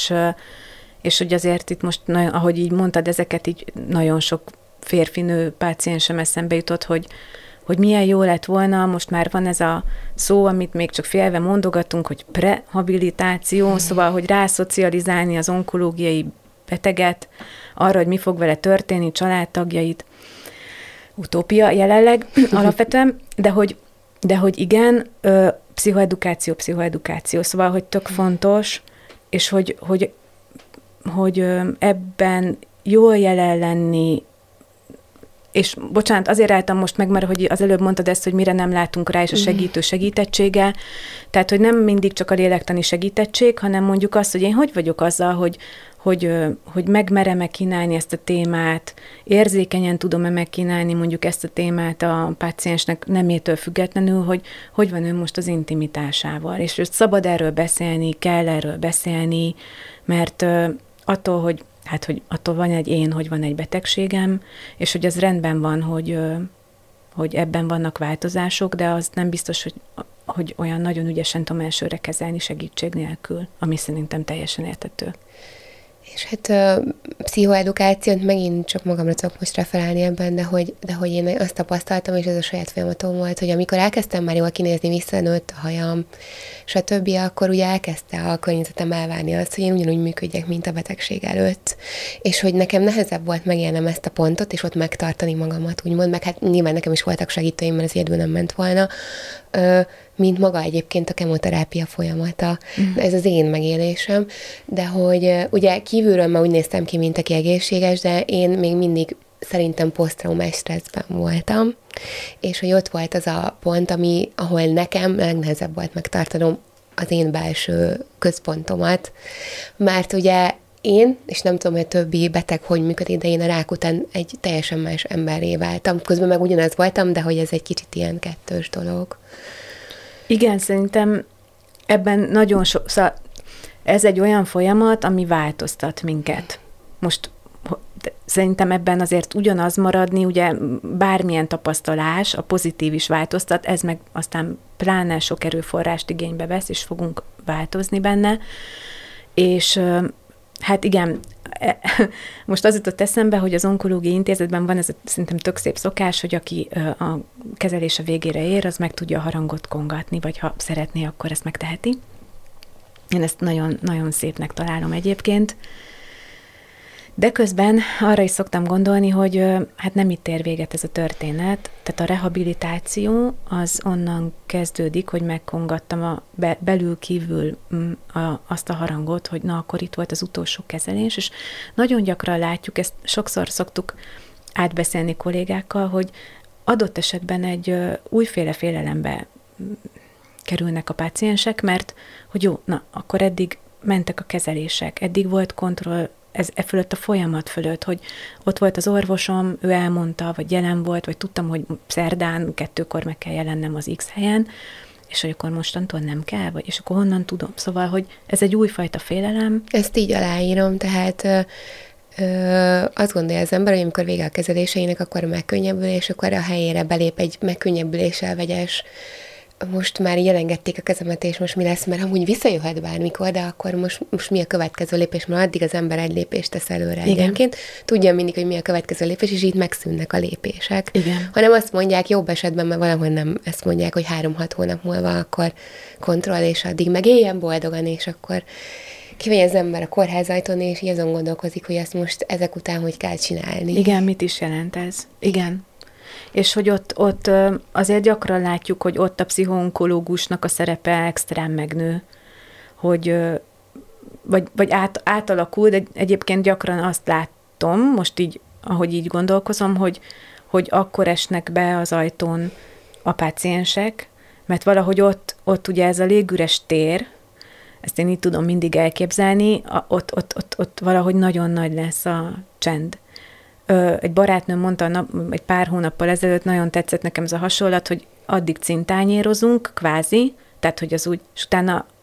és hogy azért itt most, ahogy így mondtad, ezeket így nagyon sok férfinő páciensem eszembe jutott, hogy milyen jó lett volna, most már van ez a szó, amit még csak félve mondogatunk, hogy prehabilitáció, szóval, hogy rászocializálni az onkológiai beteget arra, hogy mi fog vele történni, családtagjait. Utópia jelenleg alapvetően, de hogy igen, pszichoedukáció, szóval, hogy tök fontos, és hogy ebben jól jelen lenni, és bocsánat, azért álltam most meg, mert hogy az előbb mondtad ezt, hogy mire nem látunk rá, és a segítő segítettsége. Tehát, hogy nem mindig csak a lélektani segítettség, hanem mondjuk azt, hogy én hogy vagyok azzal, hogy megmerem-e kínálni ezt a témát, érzékenyen tudom-e megkínálni mondjuk ezt a témát a páciensnek nemétől függetlenül, hogy van ő most az intimitásával. És szabad erről beszélni, kell erről beszélni, mert attól, hogy attól van egy én, hogy van egy betegségem, és hogy az rendben van, hogy ebben vannak változások, de az nem biztos, hogy olyan nagyon ügyesen tudom elsőre kezelni segítség nélkül, ami szerintem teljesen érthető. És hát pszichoedukációt megint csak magamra tudok most referálni ebben, de hogy én azt tapasztaltam, és ez a saját folyamatom volt, hogy amikor elkezdtem már jól kinézni, visszanőtt a hajam, stb., akkor ugye elkezdte a környezetem elvárni azt, hogy én ugyanúgy működjek, mint a betegség előtt. És hogy nekem nehezebb volt megélnem ezt a pontot, és ott megtartani magamat, úgymond, meg hát nyilván nekem is voltak segítőim, mert ez egyedül nem ment volna, mint maga egyébként a kemoterápia folyamata. Ez az én megélésem, de hogy ugye kívülről már úgy néztem ki, mint aki egészséges, de én még mindig szerintem posztraumás stresszben voltam, és hogy ott volt az a pont, ahol nekem legnehezebb volt megtartanom az én belső központomat, mert ugye én, és nem tudom, hogy a többi beteg hogy működik, de én a rák után egy teljesen más emberré váltam. Közben meg ugyanaz voltam, de hogy ez egy kicsit ilyen kettős dolog. Igen, szerintem ebben nagyon sok, szóval ez egy olyan folyamat, ami változtat minket. Most szerintem ebben azért ugyanaz maradni, ugye bármilyen tapasztalás, a pozitív is változtat, ez meg aztán pláne sok erőforrást igénybe vesz, és fogunk változni benne. És hát igen, most az jutott eszembe, hogy az onkológiai intézetben van ez a szerintem tök szép szokás, hogy aki a kezelése végére ér, az meg tudja a harangot kongatni, vagy ha szeretné, akkor ezt megteheti. Én ezt nagyon, nagyon szépnek találom egyébként. De közben arra is szoktam gondolni, hogy hát nem itt ér véget ez a történet, tehát a rehabilitáció az onnan kezdődik, hogy megkongattam belül-kívül azt a harangot, hogy na, akkor itt volt az utolsó kezelés, és nagyon gyakran látjuk, ezt sokszor szoktuk átbeszélni kollégákkal, hogy adott esetben egy újféle félelembe kerülnek a páciensek, mert hogy jó, na, akkor eddig mentek a kezelések, eddig volt kontroll, ez fölött a folyamat fölött, hogy ott volt az orvosom, ő elmondta, vagy jelen volt, vagy tudtam, hogy szerdán 2-kor meg kell jelennem az X helyen, és hogy akkor mostantól nem kell, vagy és akkor honnan tudom. Szóval, hogy ez egy újfajta félelem. Ezt így aláírom, tehát azt gondolja az ember, hogy amikor vége a kezeléseinek, akkor a megkönnyebbülés, akkor a helyére belép egy megkönnyebbüléssel vegyes. Most már így elengedték a kezemet, és most mi lesz, mert amúgy visszajöhet bármikor, de akkor most mi a következő lépés, mert addig az ember egy lépést tesz előre egyenként. Tudja mindig, hogy mi a következő lépés, és így megszűnnek a lépések. Igen. Hanem azt mondják, jobb esetben, mert valahol nem ezt mondják, hogy 3-6 hónap múlva akkor kontroll, és addig meg éljen boldogan, és akkor kimegy az ember a kórházajtón, és így azon gondolkozik, hogy ezt most ezek után hogy kell csinálni. Igen, mit is jelent ez? Igen. És hogy ott azért gyakran látjuk, hogy ott a pszichoonkológusnak a szerepe extrán megnő, hogy vagy átalakul, de egyébként gyakran azt látom, most így, ahogy így gondolkozom, hogy akkor esnek be az ajtón a páciensek, mert valahogy ott ugye ez a légüres tér, ezt én így tudom mindig elképzelni, ott valahogy nagyon nagy lesz a csend. Egy barátnőm mondta egy pár hónappal ezelőtt, nagyon tetszett nekem ez a hasonlat, hogy addig cintányérozunk, kvázi, tehát hogy az úgy, és utána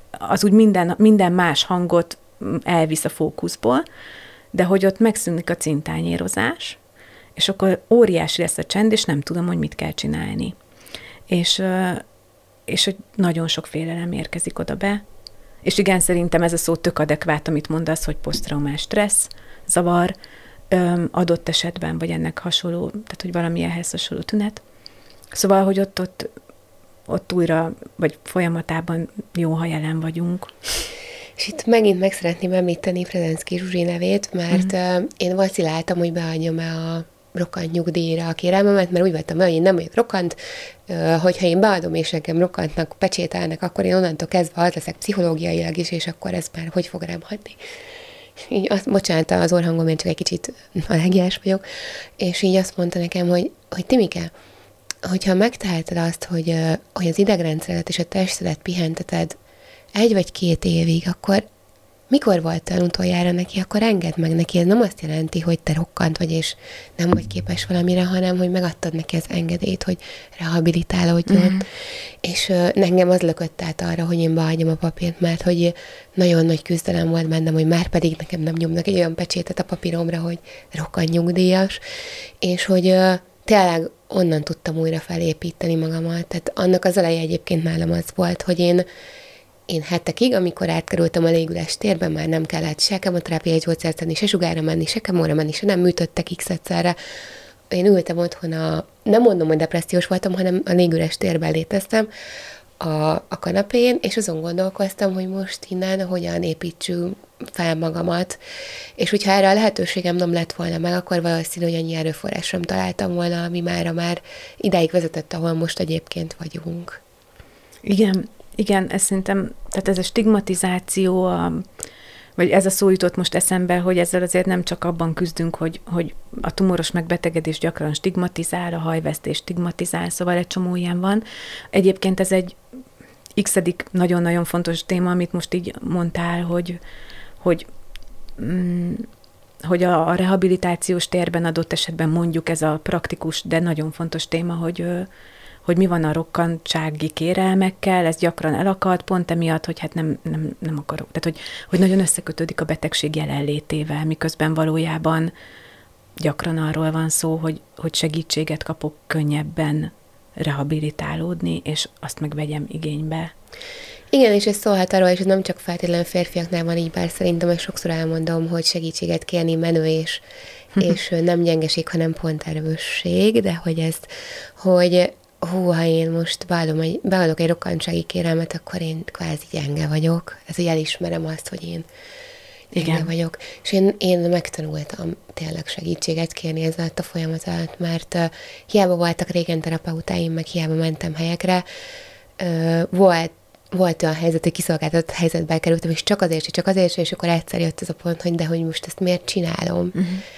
az úgy minden más hangot elvisz a fókuszból, de hogy ott megszűnik a cintányérozás, és akkor óriási lesz a csend, és nem tudom, hogy mit kell csinálni. És hogy nagyon sok félelem érkezik oda be. És igen, szerintem ez a szó tök adekvát, amit mondasz, hogy posztraumás stressz, zavar, adott esetben, vagy ennek hasonló, tehát hogy valami ehhez hasonló tünet. Szóval, hogy ott újra, vagy folyamatában jó, ha jelen vagyunk. És itt megint meg szeretném említeni Prezenszky Zsuzsi nevét, mert én vaciláltam, hogy beadjam-e a rokkant nyugdíjra a kérelmemet, mert úgy vettem, hogy én nem vagyok rokkant, hogyha én beadom, és engem rokkantnak, pecsételnek, akkor én onnantól kezdve az leszek pszichológiailag is, és akkor ez már hogy fog rám hatni. Így bocsánat, az orrhangom, én csak egy kicsit allergiás vagyok, és így azt mondta nekem, hogy Timike, hogyha megteheted azt, hogy az idegrendszeredet és a testedet pihenteted 1 vagy 2 évig, akkor mikor volt olyan utoljára neki, akkor engedd meg neki. Ez nem azt jelenti, hogy te rokkant vagy, és nem vagy képes valamire, hanem, hogy megadtad neki az engedélyt, hogy rehabilitálódjon. Mm-hmm. És engem az lökött át arra, hogy én beadjam a papírt, mert hogy nagyon nagy küzdelem volt bennem, hogy már pedig nekem nem nyomnak egy olyan pecsétet a papíromra, hogy rokkant nyugdíjas, és hogy tényleg onnan tudtam újra felépíteni magamat. Tehát annak az eleje egyébként nálam az volt, hogy én hetekig, amikor átkerültem a légüles térbe, már nem kellett se kemoterápiai gyógyszert tenni, se sugárra menni, se kemóra menni, se nem műtöttek x-egyszerre. Én ültem otthon nem mondom, hogy depressziós voltam, hanem a légüres térben léteztem a kanapén, és azon gondolkoztam, hogy most innen hogyan építsük fel magamat, és hogyha erre a lehetőségem nem lett volna meg, akkor valószínű, hogy annyi erőforrásra találtam volna, ami már idáig vezetett, ahol most egyébként vagyunk. Igen, ez szerintem, tehát ez a stigmatizáció, vagy ez a szó jutott most eszembe, hogy ezzel azért nem csak abban küzdünk, hogy a tumoros megbetegedés gyakran stigmatizál, a hajvesztés stigmatizál, szóval egy csomó ilyen van. Egyébként ez egy x-edik nagyon-nagyon fontos téma, amit most így mondtál, hogy a rehabilitációs térben adott esetben mondjuk ez a praktikus, de nagyon fontos téma, hogy mi van a rokkantsági kérelmekkel, ez gyakran elakad, pont emiatt, hogy hát nem akarok. Tehát, hogy nagyon összekötődik a betegség jelenlétével, miközben valójában gyakran arról van szó, hogy segítséget kapok könnyebben rehabilitálódni, és azt meg vegyem igénybe. Igen, és ez szólhat arról, és ez nem csak feltétlenül férfiaknál van így, bár szerintem meg sokszor elmondom, hogy segítséget kérni menő és nem gyengeség, hanem pont erősség, de hogy ezt, hogy ha én most beadok egy rokkantsági kérelmet, akkor én kvázi gyenge vagyok. Ez, hogy elismerem azt, hogy én gyenge vagyok. És én megtanultam tényleg segítséget kérni ez alatt a folyamat alatt, mert hiába voltak régen terapeutáim, meg hiába mentem helyekre, volt olyan helyzet, hogy kiszolgáltatott helyzetbe kerültem, és csak azért, és akkor egyszer jött ez a pont, hogy most ezt miért csinálom.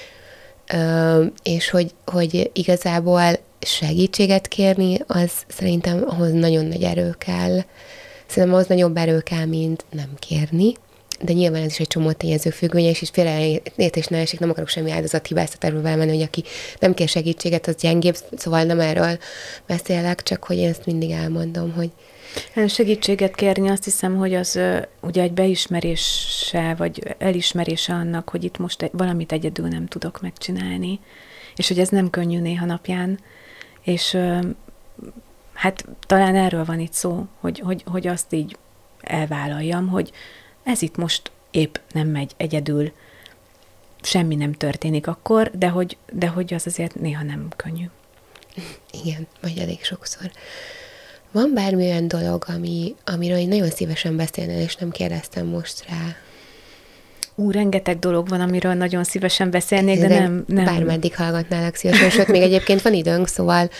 És hogy igazából segítséget kérni, az szerintem ahhoz nagyon nagy erő kell. Szerintem ahhoz nagyobb erő kell, mint nem kérni. De nyilván ez is egy csomó tényező függvényes, és félreértés ne esik, nem akarok semmi áldozathibáztatásba belemenni, hogy aki nem kér segítséget, az gyengébb, szóval nem erről beszélek, csak hogy én ezt mindig elmondom, hogy segítséget kérni, azt hiszem, hogy az ugye egy beismerése, vagy elismerése annak, hogy itt most valamit egyedül nem tudok megcsinálni, és hogy ez nem könnyű néha napján, és hát talán erről van itt szó, hogy azt így elvállaljam, hogy ez itt most épp nem megy egyedül, semmi nem történik akkor, de hogy az azért néha nem könnyű. Igen, vagy elég sokszor. Van bármi olyan dolog, amiről én nagyon szívesen beszélnél, és nem kérdeztem most rá? Rengeteg dolog van, amiről nagyon szívesen beszélnék, de nem. Bármeddig hallgatnálak szívesen, sőt, még egyébként van időnk, szóval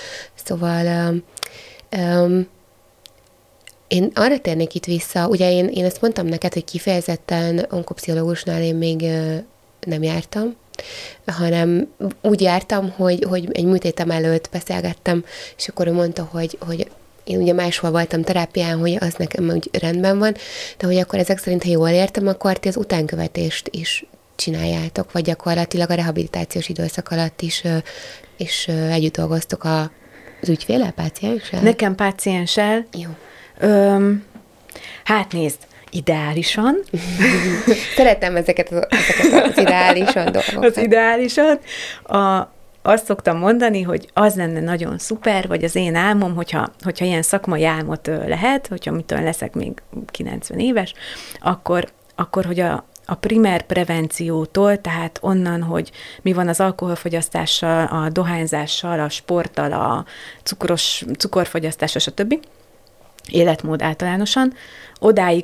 én arra térnék itt vissza, ugye én ezt mondtam neked, hogy kifejezetten onkopszichológusnál én még nem jártam, hanem úgy jártam, hogy egy műtétem előtt beszélgettem, és akkor ő mondta, hogy én ugye máshol voltam terápián, hogy az nekem úgy rendben van, de hogy akkor ezek szerint, ha jól értem, akkor ti az utánkövetést is csináljátok, vagy gyakorlatilag a rehabilitációs időszak alatt is együtt dolgoztok az ügyféllel, pácienssel? Nekem pácienssel. Jó. Hát nézd, ideálisan. Szeretem ezeket az ideálisan dolgokat. Az ideálisan. Azt szoktam mondani, hogy az lenne nagyon szuper, vagy az én álmom, hogyha ilyen szakmai álmot lehet, hogyha mitől leszek még 90 éves, akkor hogy a primer prevenciótól, tehát onnan, hogy mi van az alkoholfogyasztással, a dohányzással, a sporttal, a cukorfogyasztással, stb., életmód általánosan, odáig,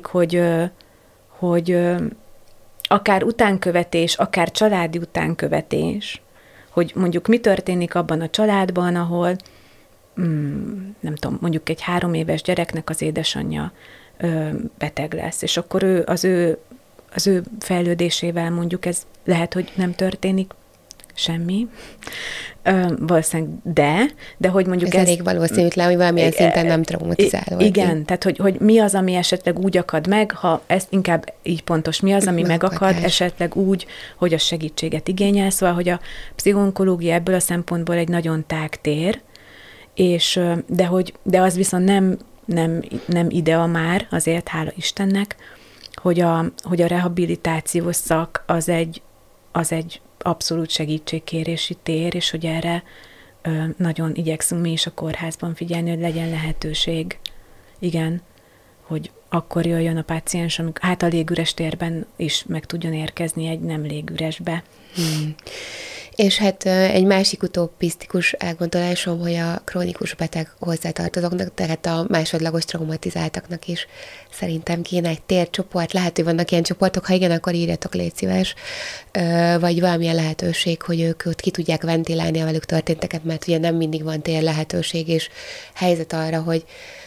hogy akár utánkövetés, akár családi utánkövetés, hogy mondjuk mi történik abban a családban, ahol nem tudom, mondjuk egy 3 éves gyereknek az édesanyja beteg lesz, és akkor az ő fejlődésével mondjuk ez lehet, hogy nem történik semmi, valószínűleg de hogy mondjuk ez elég valószínűtlen, hogy valamilyen szinten nem traumatizálva. Igen, tehát hogy mi az, ami esetleg úgy akad meg, ha ezt inkább így pontos, mi az, ami megakad esetleg úgy, hogy a segítséget igényel, szóval, hogy a pszichológia ebből a szempontból egy nagyon tág tér, és de az viszont nem idea már, azért hála Istennek, hogy a rehabilitációs szak az egy abszolút segítségkérési tér, és hogy erre nagyon igyekszünk mi is a kórházban figyelni, hogy legyen lehetőség. Igen, hogy akkor jöjjön a páciens, amikor a légüres térben is meg tudjon érkezni egy nem légüresbe. És hát egy másik utopisztikus elgondolásom, hogy a krónikus beteg hozzátartozóknak, tehát a másodlagos traumatizáltaknak is szerintem kéne egy tércsoport. Lehet, hogy vannak ilyen csoportok, ha igen, akkor írjatok, légy szíves, vagy valamilyen lehetőség, hogy ők ott ki tudják ventilálni a velük történteket, mert ugye nem mindig van tér lehetőség és helyzet arra, hogy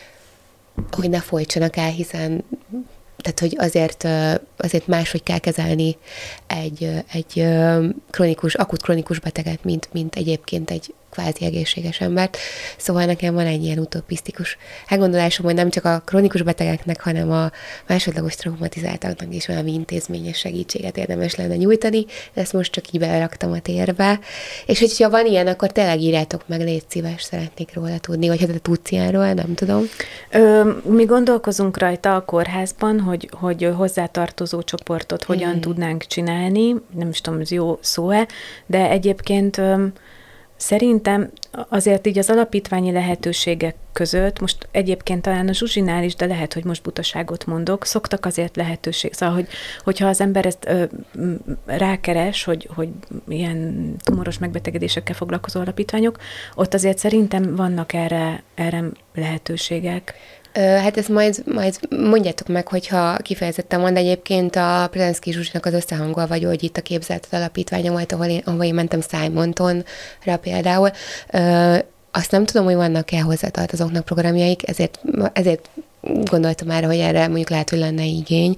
ne folytsanak el, hiszen tehát, hogy azért máshogy kell kezelni egy akut krónikus beteget, mint egyébként egy kvázi egészséges embert. Szóval nekem van egy ilyen utopisztikus elgondolásom, hogy nem csak a krónikus betegeknek, hanem a másodlagos traumatizáltaknak is valami intézményes segítséget érdemes lenne nyújtani, de ezt most csak így beraktam a térbe. És hogyha van ilyen, akkor tényleg írjátok meg, légy szíves, szeretnék róla tudni, vagy ha te tudsz ilyenről, nem tudom. Mi gondolkozunk rajta a kórházban, hogy hozzátartozó csoportot hogyan tudnánk csinálni, nem is tudom, ez jó szó-e, de egyébként szerintem azért így az alapítványi lehetőségek között, most egyébként talán a Zsuzsinál is, de lehet, hogy most butaságot mondok, szoktak azért lehetőség. Szóval, hogyha az ember ezt rákeres, hogy ilyen tumoros megbetegedésekkel foglalkozó alapítványok, ott azért szerintem vannak erre lehetőségek. Hát ezt majd mondjátok meg, hogyha kifejezetten van, de egyébként a Prezenszky Zsuzsinak az Összehangolva Gyógyít a Képzelt alapítványa volt, ahol én mentem Simontonra például. Azt nem tudom, hogy vannak-e hozzátartozóknak programjaik, ezért gondoltam már, hogy erre mondjuk lehet, hogy lenne igény.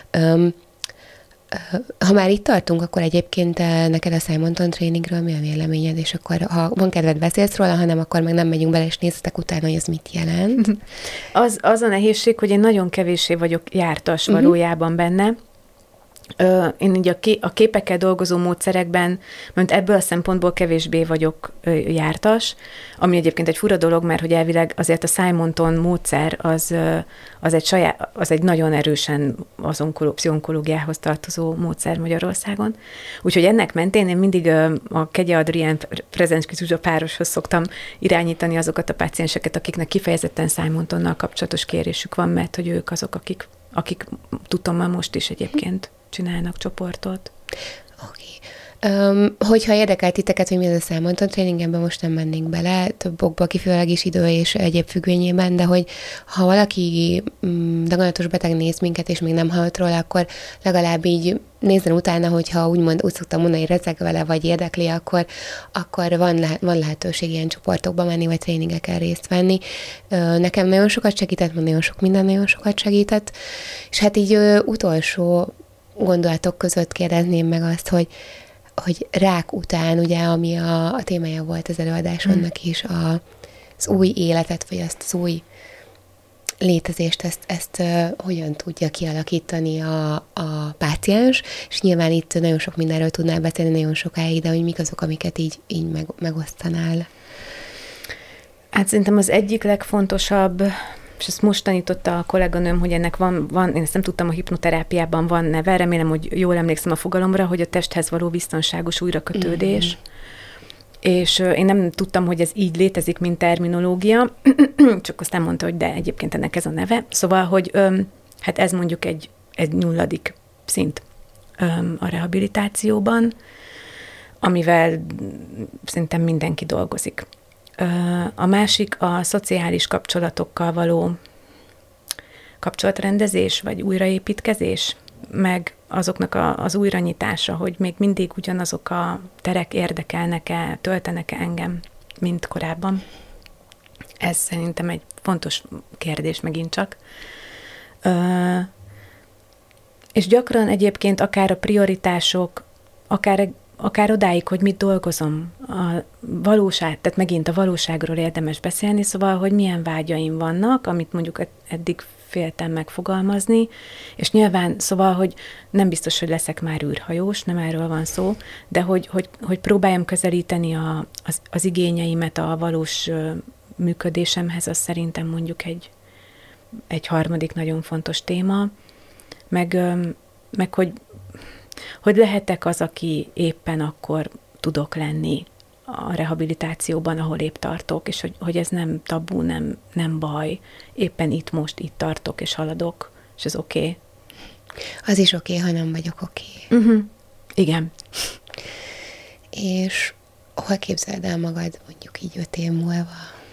Ha már itt tartunk, akkor egyébként neked a Simonton tréningről mi a véleményed, és akkor ha van kedved, beszélsz róla, ha nem, akkor meg nem megyünk bele, és nézzetek utána, hogy ez mit jelent. Az a nehézség, hogy én nagyon kevéssé vagyok jártas valójában benne. Én így a képekkel dolgozó módszerekben, mert ebből a szempontból kevésbé vagyok jártas, ami egy fura dolog, mert hogy elvileg azért a Simonton módszer az egy nagyon erősen az pszichológiához tartozó módszer Magyarországon. Úgyhogy ennek mentén én mindig a Kegye Adrián Prezenszky Zsuzsa pároshoz szoktam irányítani azokat a pácienseket, akiknek kifejezetten Simontonnal kapcsolatos kérésük van, mert hogy ők azok, akik tudom már most is egyébként csinálnak csoportot. Oké. Hogyha érdekel titeket, hogy mi az a Simonton tréningemben, most nem mennénk bele, több okból kifolyólag is idő és egyéb függvényében, de hogy ha valaki daganatos beteg néz minket, és még nem hallott róla, akkor legalább így nézzen utána, hogyha úgy szoktam mondani, hogy receg vele, vagy érdekli, akkor van lehetőség ilyen csoportokba menni, vagy tréningeken részt venni. Nekem nagyon sokat segített, nagyon sokat segített, és hát így utolsó gondolatok között kérdezném meg azt, hogy rák után, ugye, ami a témája volt az előadásomnak is, az új életet, vagy azt az új létezést, ezt hogyan tudja kialakítani a páciens, és nyilván itt nagyon sok mindenről tudnál beszélni nagyon sokáig, de hogy mik azok, amiket így megosztanál? Hát szerintem az egyik legfontosabb és ezt most tanította a kolléganőm, hogy ennek van, én ezt nem tudtam, a hipnoterápiában van neve, remélem, hogy jól emlékszem a fogalomra, hogy a testhez való biztonságos újrakötődés. És én nem tudtam, hogy ez így létezik, mint terminológia, csak aztán mondta, hogy de egyébként ennek ez a neve. Szóval, hogy hát ez mondjuk egy nulladik szint a rehabilitációban, amivel szerintem mindenki dolgozik. A másik a szociális kapcsolatokkal való kapcsolatrendezés, vagy újraépítkezés, meg azoknak az újranyitása, hogy még mindig ugyanazok a terek érdekelnek-e, töltenek-e engem, mint korábban. Ez szerintem egy fontos kérdés megint csak. És gyakran egyébként akár a prioritások, akár odáig, hogy mit dolgozom, tehát megint a valóságról érdemes beszélni, szóval, hogy milyen vágyaim vannak, amit mondjuk eddig féltem megfogalmazni, és nyilván, szóval, hogy nem biztos, hogy leszek már űrhajós, nem erről van szó, de hogy próbáljam közelíteni az igényeimet a valós működésemhez, az szerintem mondjuk egy harmadik nagyon fontos téma, meg hogy lehetek az, aki éppen akkor tudok lenni a rehabilitációban, ahol épp tartok, és hogy ez nem tabu, nem baj, éppen itt most itt tartok, és haladok, és ez oké. Az is oké, ha nem vagyok oké. Igen. És hol képzeled el magad mondjuk így 5 év múlva?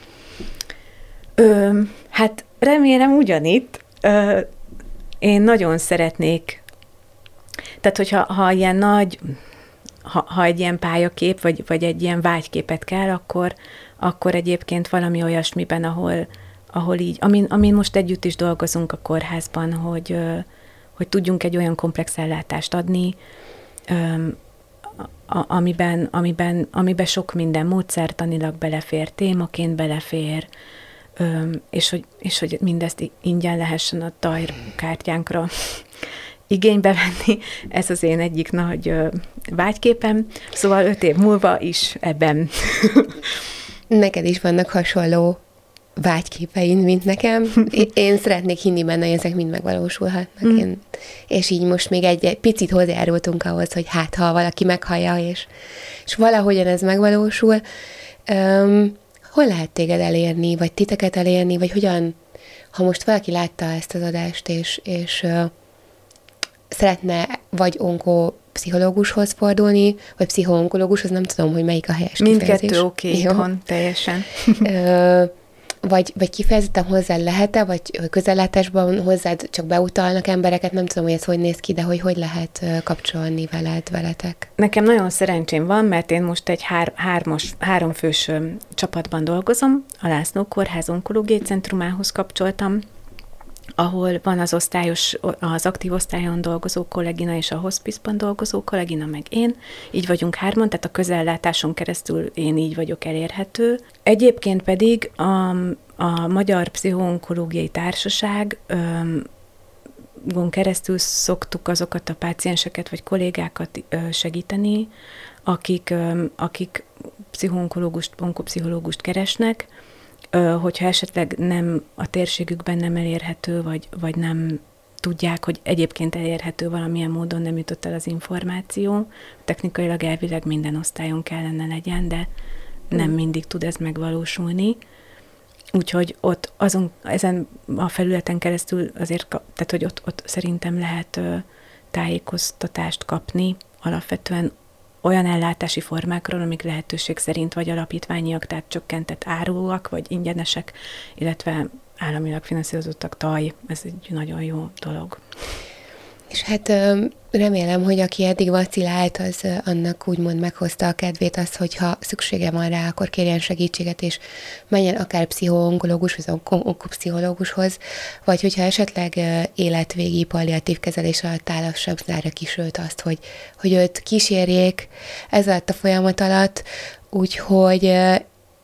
Hát remélem ugyanitt. Én nagyon szeretnék, tehát hogyha ilyen nagy, ha egy ilyen pályakép, vagy egy ilyen vágyképet kell, akkor egyébként valami olyasmiben, ahol így, amin most együtt is dolgozunk a kórházban, hogy tudjunk egy olyan komplex ellátást adni, amiben sok minden módszertanilag belefér, témaként belefér, és hogy mindezt ingyen lehessen a tajrkártyánkra igénybe venni. Ez az én egyik nagy vágyképem. Szóval 5 év múlva is ebben. Neked is vannak hasonló vágyképeid, mint nekem. Én szeretnék hinni benne, hogy ezek mind megvalósulhatnak. És így most még egy picit hozzájárultunk ahhoz, hogy hát, ha valaki meghallja, és valahogyan ez megvalósul. Hol lehet téged elérni, vagy titeket elérni, vagy hogyan, ha most valaki látta ezt az adást, és szeretne vagy onkopszichológushoz fordulni, vagy pszichoonkológushoz, nem tudom, hogy melyik a helyes kifejezés. Mindkettő oké, itthon, teljesen. Vagy kifejezetten hozzád lehet-e, vagy közellátásban hozzád csak beutalnak embereket, nem tudom, hogy ez hogy néz ki, de hogy lehet kapcsolni veletek? Nekem nagyon szerencsém van, mert én most egy háromfős csapatban dolgozom, a László Kórház Onkológiai Centrumához kapcsoltam, ahol van az aktív osztályon dolgozó kollégina és a hospice-ban dolgozó kollégina, meg én. Így vagyunk 3, tehát a közellátáson keresztül én így vagyok elérhető. Egyébként pedig a Magyar Pszichoonkológiai Társaságon keresztül szoktuk azokat a pácienseket vagy kollégákat segíteni, akik pszichoonkológust, onkopszichológust keresnek, hogyha esetleg nem a térségükben nem elérhető, vagy nem tudják, hogy egyébként elérhető valamilyen módon, nem jutott el az információ. Technikailag elvileg minden osztályon kellene legyen, de nem mindig tud ez megvalósulni. Úgyhogy ezen a felületen keresztül azért, tehát hogy ott szerintem lehet tájékoztatást kapni alapvetően olyan ellátási formákról, amik lehetőség szerint vagy alapítványiak, tehát csökkentett áruak, vagy ingyenesek, illetve államilag finanszírozottak. Ez egy nagyon jó dolog. És hát remélem, hogy aki eddig vacilált, az annak úgymond meghozta a kedvét az, hogyha szüksége van rá, akkor kérjen segítséget, és menjen akár pszichoonkológus, vagy onkopszichológushoz, vagy hogyha esetleg életvégi palliatív kezelés alatt áll, az sem zárja ki, sőt azt, hogy őt kísérjék ez alatt a folyamat alatt, úgyhogy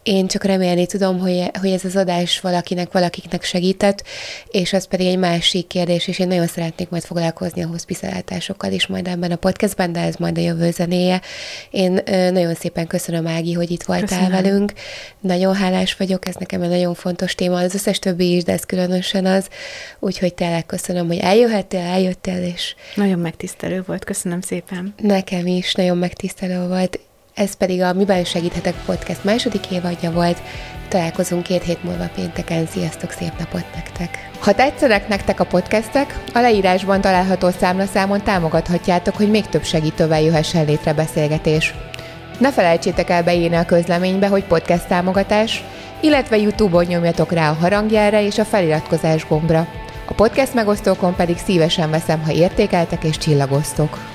Én csak remélni tudom, hogy ez az adás valakiknek segített, és az pedig egy másik kérdés, és én nagyon szeretnék majd foglalkozni a hospice-ellátásokkal is majd ebben a podcastben, de ez majd a jövő zenéje. Én nagyon szépen köszönöm, Ági, hogy itt voltál velünk. Nagyon hálás vagyok, ez nekem egy nagyon fontos téma, az összes többi is, de ez különösen az. Úgyhogy tényleg köszönöm, hogy eljöttél, és... Nagyon megtisztelő volt, köszönöm szépen. Nekem is nagyon megtisztelő volt. Ez pedig a Miben segíthetek podcast második évadja volt. Találkozunk 2 hét múlva pénteken. Sziasztok, szép napot nektek! Ha tetszenek nektek a podcastek, a leírásban található számlaszámon támogathatjátok, hogy még több segítővel jöhessen létre beszélgetés. Ne felejtsétek el beírni a közleménybe, hogy podcast támogatás, illetve YouTube-on nyomjatok rá a harangjelre és a feliratkozás gombra. A podcast megosztókon pedig szívesen veszem, ha értékeltek és csillagoztok.